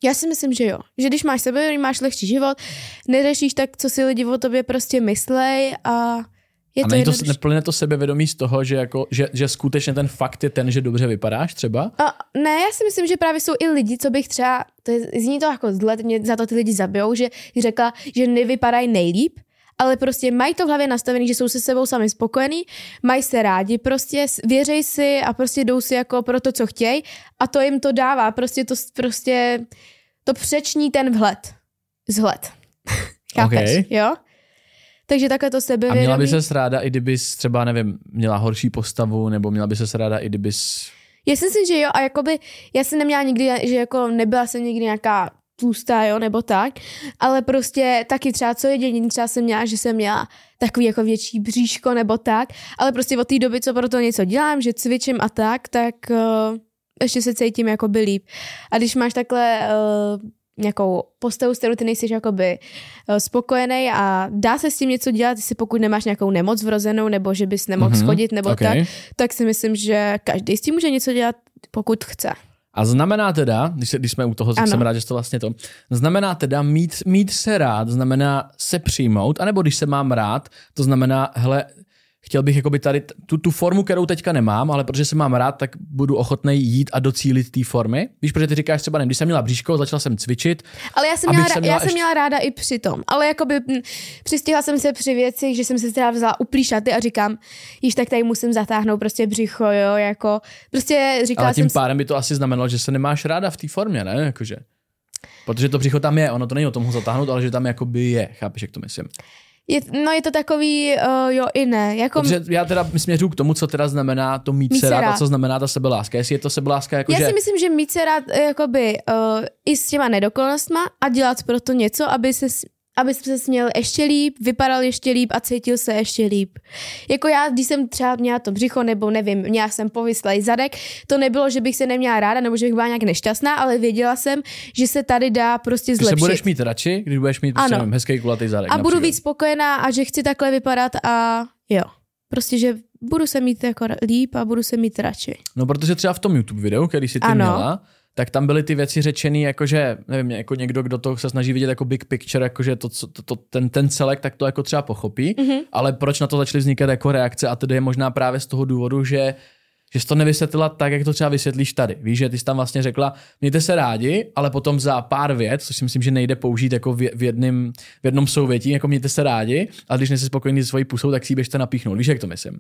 Já si myslím, že jo. Že když máš sebevědomí, máš lehčí život, neřešíš tak, co si lidi o tobě prostě myslej a je a to jednoduše. A neplyne to sebevědomí z toho, že, jako, že, že skutečně ten fakt je ten, že dobře vypadáš třeba? A ne, já si myslím, že právě jsou i lidi, co bych třeba, to je, zní to jako zle, mě za to ty lidi zabijou, že řekla, že nevypadají nejlíp, ale prostě mají to v hlavě nastavený, že jsou se sebou sami spokojení, mají se rádi, prostě věřej si a prostě jdou si jako pro to, co chtějí a to jim to dává, prostě to prostě to přeční ten vhled. Zhled. Chápeš, okay. jo? Takže takhle to sebevědomí. A měla by ses ráda, i kdybys třeba, nevím, měla horší postavu, nebo měla by ses ráda, i kdybys... Já si myslím, že jo, a jakoby, já jsem neměla nikdy, že jako nebyla jsem nikdy nějaká tlustá, jo, nebo tak, ale prostě taky třeba co jediný, třeba jsem měla, že jsem měla takový jako větší bříško nebo tak, ale prostě od té doby, co pro to něco dělám, že cvičím a tak, tak uh, ještě se cítím jakoby líp. A když máš takhle uh, nějakou postavu, s kterou ty nejsi jakoby uh, spokojený a dá se s tím něco dělat, si pokud nemáš nějakou nemoc vrozenou, nebo že bys nemohl mm-hmm, schodit, nebo okay. tak, tak si myslím, že každý s tím může něco dělat, pokud chce. A znamená teda, když, se, když jsme u toho, tak jsem rád, že to vlastně to, znamená teda mít, mít se rád, znamená se přijmout, anebo když se mám rád, to znamená, hele, chtěl bych jakoby tady tu, tu formu, kterou teďka nemám, ale protože se mám rád, tak budu ochotnej jít a docílit té formy. Víš, protože ty říkáš třeba, ne, když jsem měla bříško, začala jsem cvičit. Ale já jsem, měla, jsem, měla, já ještě... jsem měla ráda i při tom. Ale jakoby m, přistihla jsem se při věci, že jsem se teda vzala uplý šaty a říkám, již tak tady musím zatáhnout prostě břicho, jo, jako prostě říkala ale tím jsem... pádem by to asi znamenalo, že se nemáš ráda v té formě, ne? Jakože. Protože to břicho tam je, ono to není o tom ho zatáhnout, ale že tam jakoby je, chápeš, jak to myslím. Je, no je to takový, uh, jo i ne. Jako... Protože já teda směřuju k tomu, co teda znamená to mít, mít se rád, rád a co znamená ta sebeláska. Jestli je to sebeláska jako Já že... si myslím, že mít se rád jakoby uh, i s těma nedokonalostma a dělat pro to něco, aby se aby se směl ještě líp, vypadal ještě líp a cítil se ještě líp. Jako já, když jsem třeba měla to břicho, nebo nevím, měla jsem povyslej zadek, to nebylo, že bych se neměla ráda, nebo že bych byla nějak nešťastná, ale věděla jsem, že se tady dá prostě zlepšit. Že se budeš mít radši, když budeš mít prostě, nevím, hezký kulatý zadek. A například. Budu víc spokojená a že chci takhle vypadat a jo. Prostě, že budu se mít jako líp a budu se mít radši. No, protože třeba v tom YouTube videu, který jsi ty ano. měla, tak tam byly ty věci řečený, jakože, nevím, jako někdo, kdo to se snaží vidět jako big picture, jakože to, to, to, ten, ten celek, tak to jako třeba pochopí, mm-hmm. ale proč na to začaly vznikat jako reakce a tedy je možná právě z toho důvodu, že, že jsi to nevysvětlila tak, jak to třeba vysvětlíš tady. Víš, že ty jsi tam vlastně řekla, mějte se rádi, ale potom za pár vět, což si myslím, že nejde použít jako v, v, jednym, v jednom souvětí, jako mějte se rádi, ale když nejsi spokojený se svojí pusou, tak si ji běžte napíchnout. Víš, jak to myslím?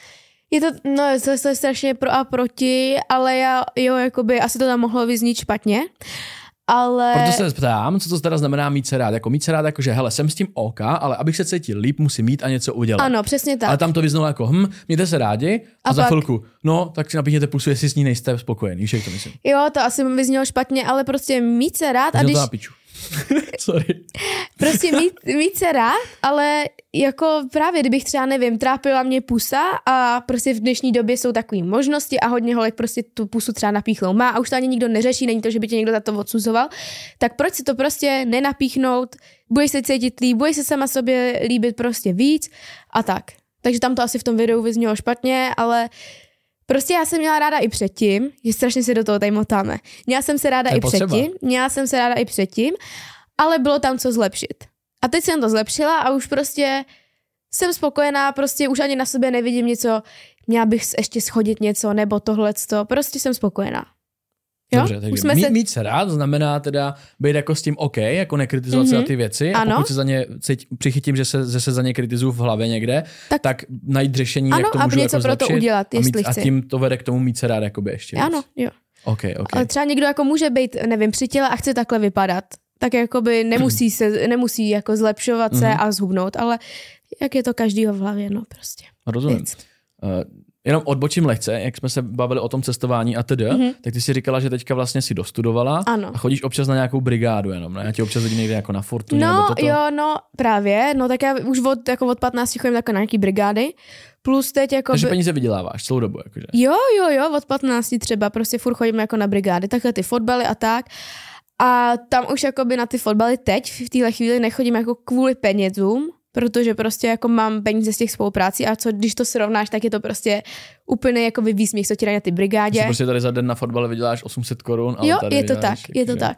Je to, no, to je strašně pro a proti, ale já, jo, jakoby, asi to tam mohlo vyznít špatně, ale... Proto se ptám, co to teda znamená mít se rád. Jako mít se rád, jako že hele, jsem s tím OK, ale abych se cítil líp, musím mít a něco udělat. Ano, přesně tak. Ale tam to vyznalo jako, hm, mějte se rádi a, a za pak... chvilku, no, tak si napíchněte pusu, jestli s ní nejste spokojený, víš, jak to myslím. Jo, to asi vyznělo špatně, ale prostě mít se rád a když... Sorry. Prostě mít, mít se rád, ale jako právě, kdybych třeba, nevím, trápila mě pusa a prostě v dnešní době jsou takové možnosti a hodně holek prostě tu pusu třeba napíchnou má a už to ani nikdo neřeší, není to, že by tě někdo za to odsuzoval, tak proč si to prostě nenapíchnout, budeš se cítit líp, budeš se sama sobě líbit prostě víc a tak. Takže tam to asi v tom videu vyznělo špatně, ale prostě já jsem měla ráda i předtím, že strašně se do toho tady motáme. Měla jsem se ráda i potřeba. předtím, měla jsem se ráda i předtím, ale bylo tam co zlepšit. A teď jsem to zlepšila a už prostě jsem spokojená, prostě už ani na sobě nevidím něco, měla bych ještě schodit něco nebo tohleto, prostě jsem spokojená. Jo? Dobře, takže mít, se... mít se rád znamená teda být jako s tím OK, jako nekritizovat mm-hmm. se na ty věci ano. a pokud se za ně cít, přichytím, že se, že se za ně kritizuju v hlavě někde, tak, tak najít řešení, ano, jak to můžu něco jako pro to udělat, a, mít, jestli a tím to vede k tomu mít se rád jakoby ještě víc. Ano, jo. Okay, okay. Ale třeba někdo jako může být, nevím, při těle a chce takhle vypadat, tak jakoby nemusí se, nemusí jako zlepšovat se mm-hmm. a zhubnout, ale jak je to každýho v hlavě, no prostě. Rozumím. Uh, jenom odbočím lehce, jak jsme se bavili o tom cestování a tedy, mm-hmm. tak ty si říkala, že teďka vlastně si dostudovala ano. a chodíš občas na nějakou brigádu jenom, ne? Já ti občas vidím někde jako na Fortuně no, nebo toto. Jo, no právě, no tak já už od, jako od patnácti chodím jako na nějaký brigády, plus teď jako... Takže by... peníze vyděláváš celou dobu, jakože. Jo, jo, jo, od patnácti třeba, prostě furt chodím jako na brigády, takhle ty fotbaly a tak. A tam už jakoby na ty fotbaly teď v téhle chvíli nechodím jako kvůli penězům, protože prostě jako mám peníze z těch spoluprácí a co když to srovnáš, tak je to prostě úplně jako výsměch, co ti dají na ty brigádě. Jsi prostě tady za den na fotbale vyděláš osm set korun. Jo, tady je to vyděláš, tak, je to že... tak.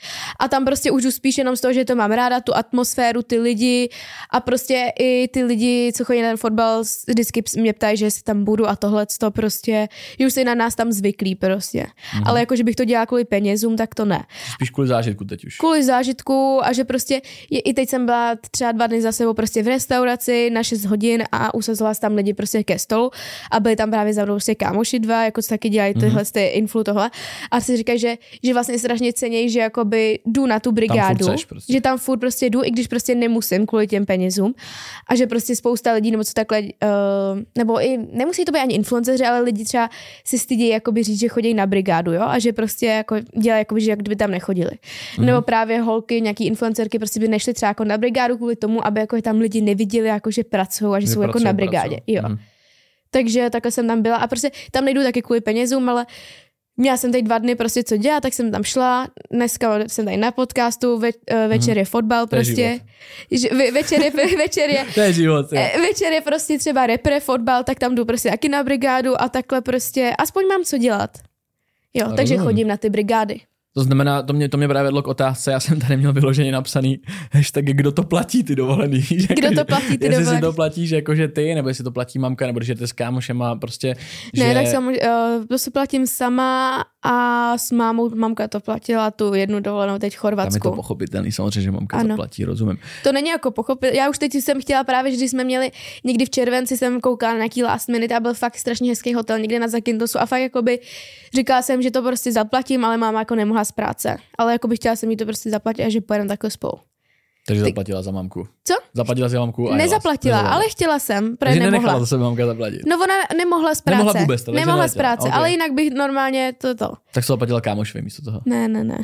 A tam prostě už jdu spíš jenom z toho, že to mám ráda, tu atmosféru, ty lidi a prostě i ty lidi, co chodí na ten fotbal, vždycky mě ptají, že si tam budu a tohle to prostě, že už si na nás tam zvyklí prostě. Mm. Ale jako, že bych to dělala kvůli penězům, tak to ne. Spíš kvůli zážitku teď už. Kvůli zážitku a že prostě, je, i teď jsem byla třeba dva dny za sebou prostě v restauraci na šest hodin a usazovala tam lidi prostě ke stolu a byli tam právě za mnou prostě kámoši dva, jako co taky dělají tyhle mm. ty influ tohle. A si říkají, že, že vlastně strašně cenějí, že jakoby jdu na tu brigádu, tam prostě. že tam furt prostě jdu, i když prostě nemusím kvůli těm penězům a že prostě spousta lidí, nebo co takhle, uh, nebo i nemusí to být ani influenceři, ale lidi třeba si stydí jakoby říct, že chodí na brigádu, jo, a že prostě jako dělají jakoby, že jak kdyby tam nechodili. Mm. Nebo právě holky, nějaký influencerky prostě by nešly třeba jako na brigádu kvůli tomu, aby jako tam lidi neviděli, jako že pracují a že, že jsou jako na brigádě, pracují. Jo. Mm. Takže takhle jsem tam byla a prostě tam nejdu taky kvůli penězům, ale měla jsem tady dva dny prostě co dělat, tak jsem tam šla, dneska jsem tady na podcastu, ve, večer je fotbal prostě, ve, večer, je, večer, je, to je život, je. večer je prostě třeba repre, fotbal, tak tam jdu prostě taky na brigádu a takhle prostě, aspoň mám co dělat. Jo, a takže chodím na ty brigády. To znamená, to mě, to mě právě vedlo k otázce, já jsem tady měl vyloženě napsaný hashtag, kdo to platí ty dovolený. Kdo to platí ty dovolený? Jestli si to platíš jakože ty, nebo jestli to platí mamka, nebo když jdete s kámošema prostě. Ne, že... tak jsem, uh, to si platím sama a s mámou, mamka to platila tu jednu dovolenou teď v Chorvatsku. Tam je to pochopitelný, samozřejmě, že mamka ano. to platí, rozumím. To není jako pochopit, já už teď jsem chtěla právě, že když jsme měli, někdy v červenci jsem koukala na nějaký last minute a byl fakt strašně hezký hotel někde na Zakyntosu a fakt jakoby říkala jsem, že to prostě zaplatím, ale máma jako nemohla z práce. Ale jako bych chtěla jsem jí to prostě zaplatit a že pojedeme takhle spolu. Takže Ty... zaplatila za mamku. Co? Zaplatila za mamku a Nezaplatila, jela. Ale chtěla jsem, protože nemohla. nenechala to se mamka zaplatit. No ona nemohla z práce. Nemohla vůbec to. Nemohla z práce, okay. Ale jinak bych normálně to to. Tak se zaplatila kámošovi místo toho. Ne, ne, ne.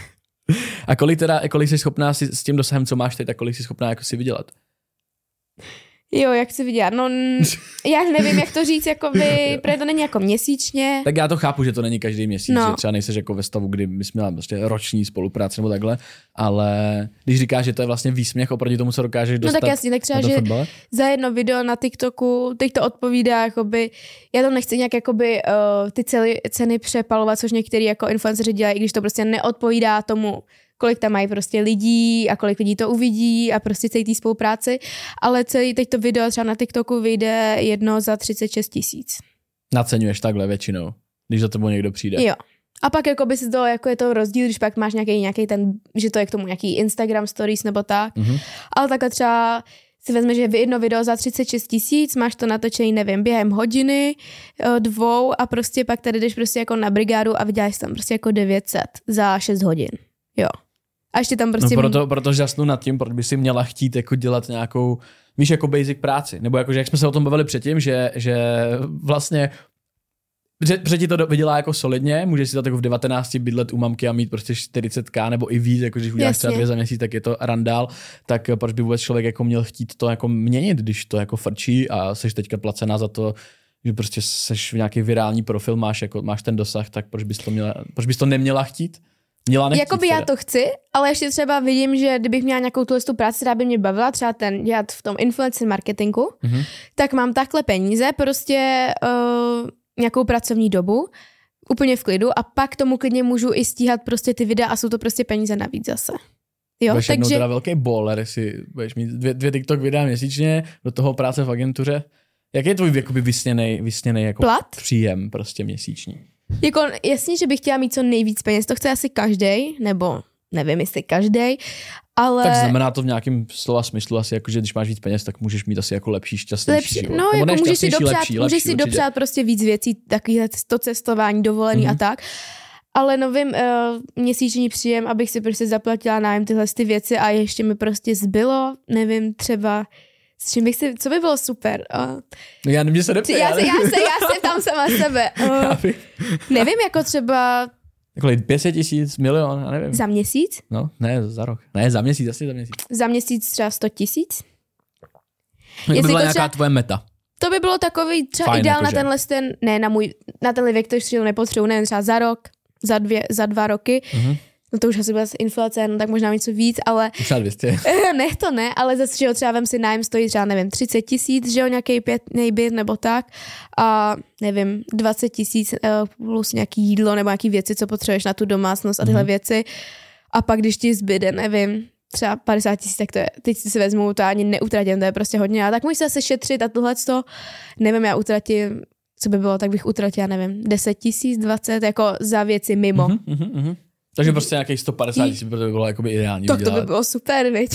A kolik teda, kolik jsi schopná si, s tím dosahem, co máš teď, tak kolik jsi schopná jako si vydělat? Jo, jak chci vidět. No, já nevím, jak to říct, jakoby, protože to není jako měsíčně. Tak já to chápu, že to není každý měsíc, no. Že třeba nejseš jako ve stavu, kdy bys měla prostě roční spolupráci nebo takhle, ale když říkáš, že to je vlastně výsměch oproti tomu, co dokážeš dostat. No tak jasně, tak třeba, že fotbale? Za jedno video na TikToku, teď to odpovídá, jakoby, já to nechci nějak jakoby uh, ty celý, ceny přepalovat, což některý jako influenceři dělají, i když to prostě neodpovídá tomu, kolik tam mají prostě lidí a kolik lidí to uvidí a prostě celý té spolupráci, ale celý teď to video třeba na TikToku vyjde jedno za třicet šest tisíc. Naceňuješ takhle většinou, když za tebou někdo přijde. Jo. A pak jako by si to, jako je to rozdíl, když pak máš nějaký, nějaký ten, že to je k tomu nějaký Instagram stories nebo tak, mm-hmm. Ale takhle třeba si vezme, že jedno video za třicet šest tisíc, máš to natočený, nevím, během hodiny, dvou a prostě pak tady jdeš prostě jako na brigádu a vyděláš tam prostě jako devět set za šest hodin. Jo. A ještě tam prostě... No proto, proto žasnu nad tím, proč by si měla chtít jako dělat nějakou, víš, jako basic práci. Nebo jako, že jak jsme se o tom bavili předtím, že, že vlastně že ti to vydělá jako solidně, můžeš si dát jako v devatenácti bydlet u mamky a mít prostě čtyřicet tisíc nebo i víc, jako když uděláš třeba dvě za měsíc, tak je to randál, tak proč by vůbec člověk jako měl chtít to jako měnit, když to jako frčí a seš teďka placená za to, že prostě seš v nějaký virální profil, máš, jako, máš ten dosah, tak proč bys to, měla, proč bys to neměla chtít? Jakoby já to chci, ale ještě třeba vidím, že kdybych měla nějakou tuhle práci, která by mě bavila, třeba ten dělat v tom influencer marketingu, mm-hmm. tak mám takhle peníze, prostě uh, nějakou pracovní dobu, úplně v klidu a pak tomu klidně můžu i stíhat prostě ty videa a jsou to prostě peníze navíc zase. Jo, budeš takže... jednou teda velký baller, jestli budeš mít dvě, dvě TikTok videa měsíčně, do toho práce v agentuře. Jaký je tvůj jakoby vysněnej, vysněnej jako plat? Příjem prostě měsíční? Jako jasně, že bych chtěla mít co nejvíc peněz, to chce asi každej, nebo nevím, jestli každej, ale... Tak znamená to v nějakém slova smyslu asi jako, že když máš víc peněz, tak můžeš mít asi jako lepší, šťastnější lepší, život. No, jako můžeš si dopřát, lepší, můžeš lepší, si dopřát prostě víc věcí, takovýhle to cestování, dovolený mm-hmm. a tak. Ale novým uh, měsíční příjem, abych si prostě zaplatila nájem tyhle ty věci a ještě mi prostě zbylo, nevím, třeba... S čím bych si, co by bylo super? Uh, no já nevím, se neptej, já, já, já, se, já se tam sama sebe. Uh, nevím, jako třeba... Jako pět set tisíc, milion, já nevím. Za měsíc? No, ne, za rok. Ne, za měsíc, asi za měsíc. Za měsíc třeba sto tisíc. No, by byla nějaká třeba, tvoje meta. To by bylo takový třeba Fajn, ideál jako na tenhle ten, ne, na můj, na tenhle věk, to ještě nepotřebuji, nevím, třeba za rok, za, dvě, za dva roky. Mm-hmm. No to už asi byla inflace, no tak možná něco víc, ale... Třeba dvě stě. Ne, to ne, ale zase, že jo, třeba vem si nájem stojí třeba, nevím, třicet tisíc, že jo, nějaký pětnej byt nebo tak a nevím, dvacet tisíc plus nějaký jídlo nebo nějaký věci, co potřebuješ na tu domácnost a tyhle mm. věci A pak, když ti zbyde, nevím, třeba padesát tisíc, tak to je, teď si vezmu, to ani neutratím, to je prostě hodně, ale tak můžu se zase šetřit a tohleto, nevím, já utratím, co by bylo, tak bych utratila, nevím, deset tisíc, dvacet, jako za věci mimo. Uh-huh, uh-huh. Takže prostě nějakých sto padesát tisíc by to bylo jakoby ideální To, udělat. to by bylo super, viď?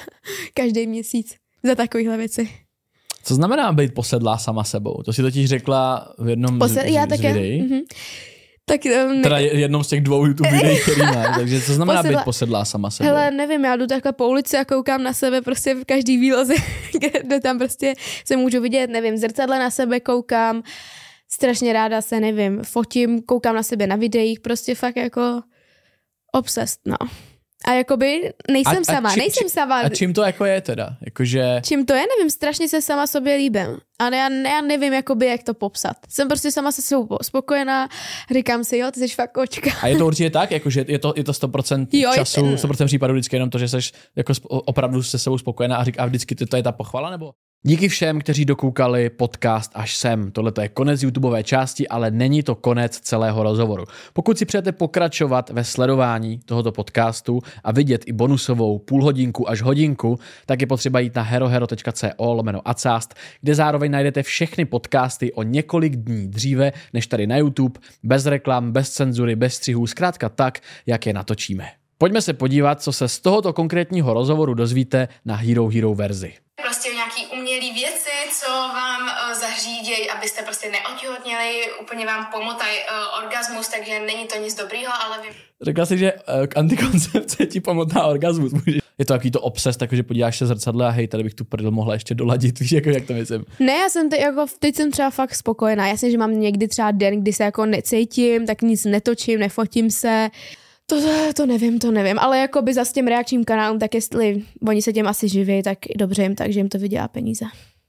Každý měsíc za takovýhle věci. Co znamená být posedlá sama sebou? To si totiž řekla v jednom Posed, z, z, já z také, videí. Mm-hmm. Tak, um, teda jednom z těch dvou YouTube videí, který má. Takže co znamená posedla, být posedlá sama sebou? Hele, nevím, já jdu takhle po ulici a koukám na sebe prostě v každý výloze, kde tam prostě se můžu vidět, nevím, v zrcadle na sebe koukám, strašně ráda se, nevím, fotím, koukám na sebe na videích, prostě fakt jako obsessed, no. A jakoby nejsem a, sama, a či, nejsem či, sama. A čím to jako je teda? Jakože... Čím to je, nevím, strašně se sama sobě líbím. Ale já, já nevím, jakoby, jak to popsat. Jsem prostě sama se sebou spokojená, říkám si, jo, ty jsi fakt kočka. A je to určitě tak, jakože je to, je to sto procent jo, času, ten... sto procent případů vždycky jenom to, že jsi jako opravdu se sebou spokojená a říká, a vždycky to je ta pochvala, nebo? Díky všem, kteří dokoukali podcast až sem. Tohle je konec YouTubeové části, ale není to konec celého rozhovoru. Pokud si přejete pokračovat ve sledování tohoto podcastu a vidět i bonusovou půlhodinku až hodinku, tak je potřeba jít na herohero tečka co lomeno acast, kde zároveň najdete všechny podcasty o několik dní dříve než tady na YouTube, bez reklam, bez cenzury, bez střihů, zkrátka tak, jak je natočíme. Pojďme se podívat, co se z tohoto konkrétního rozhovoru dozvíte na Hero Hero verzi. Prostě nějaký umělý věci, co vám uh, zařídějí, abyste prostě neotěhotněli, úplně vám pomotají uh, orgasmus, takže není to nic dobrýho, ale vy... Řekla jsi, že uh, k antikoncepce ti pomotá orgasmus. Je to takový to obses, takže podíváš se v zrcadle a hej, tady bych tu prdel mohla ještě doladit, víš, jako, jak to myslím. Ne, já jsem teď, jako, teď jsem třeba fakt spokojená. Jasně, že mám někdy třeba den, kdy se jako necítím, tak nic netočím, nefotím se. To, to nevím, to nevím, ale jako by za s těm reakčním kanálům, tak jestli oni se těm asi živí, tak dobře jim tak, že jim to vydělá peníze.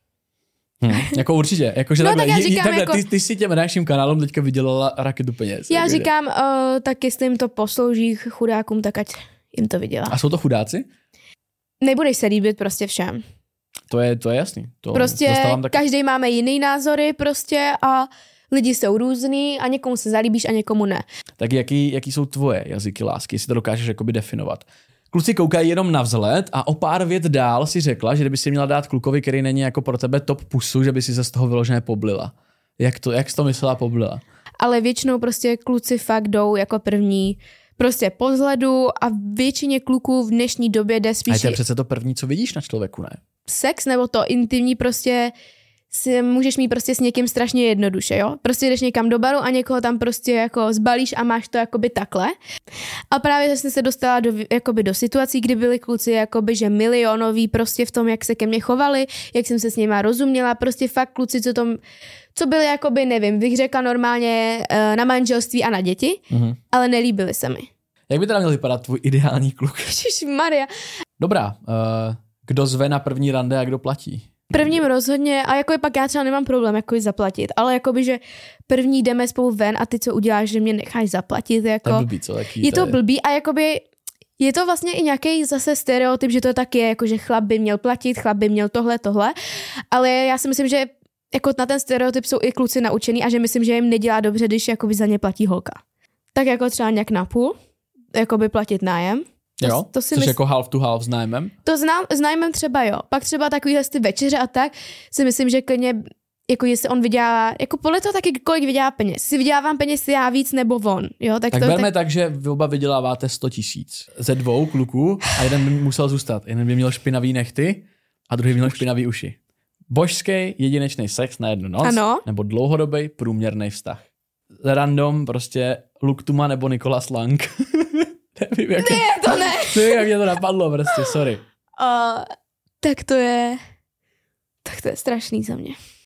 Hmm, jako určitě, jakože no, takhle, tak já říkám, takhle jako, ty, ty si těm reakčním kanálům teďka vydělala raketu peněz. Já jako říkám, uh, tak jestli jim to poslouží chudákům, tak ať jim to vydělá. A jsou to chudáci? Nebudeš se líbit prostě všem. To je, to je jasný. To prostě každý máme jiný názory prostě a lidi jsou různý a někomu se zalíbíš a někomu ne. Tak jaký, jaký jsou tvoje jazyky lásky, jestli to dokážeš jakoby definovat? Kluci koukají jenom na vzhled a o pár vět dál si řekla, že kdyby si měla dát klukovi, který není jako pro tebe top pusu, že by si se z toho vyloženě poblila. Jak to, jak jsi to myslela poblila? Ale většinou prostě kluci fakt jdou jako první prostě po vzhledu a většině kluků v dnešní době jde spíš... A to je přece to první, co vidíš na člověku, ne? Sex nebo to intimní prostě... Si můžeš mít prostě s někým strašně jednoduše, jo? Prostě jdeš někam do baru a někoho tam prostě jako zbalíš a máš to jakoby takhle. A právě jsem se dostala do, jakoby do situací, kdy byli kluci jakoby, že milionoví prostě v tom, jak se ke mně chovali, jak jsem se s nima rozuměla, prostě fakt kluci, co tom, co byli jakoby, nevím, bych řekla normálně na manželství a na děti, mm-hmm. ale nelíbili se mi. Jak by teda měl vypadat tvůj ideální kluk? Ježišmarja. Dobrá, uh, kdo zve na první rande a kdo platí? Prvním rozhodně, a jako je pak já třeba nemám problém jako ji zaplatit, ale jakoby, že první jdeme spolu ven a ty co uděláš, že mě necháš zaplatit, jako... To je blbý, co taký, je to je... blbý a jakoby je to vlastně i nějaký zase stereotyp, že to tak je, jako že chlap by měl platit, chlap by měl tohle, tohle, ale já si myslím, že jako na ten stereotyp jsou i kluci naučený a že myslím, že jim nedělá dobře, když jakoby za ně platí holka. Tak jako třeba nějak na půl, jakoby platit nájem. To, jo, to si což mysl... jako half to half s nájmem? To znám, s nájmem třeba jo. Pak třeba takovýhle ty večeře a tak si myslím, že klidně, jako jestli on vydělá, jako podle toho taky kolik vydělá peněz. Si vydělávám peněz já víc nebo on. Jo, tak tak to, berme tak... tak, že vy oba vyděláváte sto tisíc ze dvou kluků a jeden by musel zůstat. Jeden by měl špinavý nechty a druhý by měl špinavý uši. Božský jedinečný sex na jednu noc, ano? Nebo dlouhodobý průměrný vztah. Random prostě Luke Tuma nebo Nicolas Lang. Nevím, jak ne, to ne. Nevím, jak mě to napadlo, prostě, sorry. Uh, tak to je... Tak to je strašný za mě.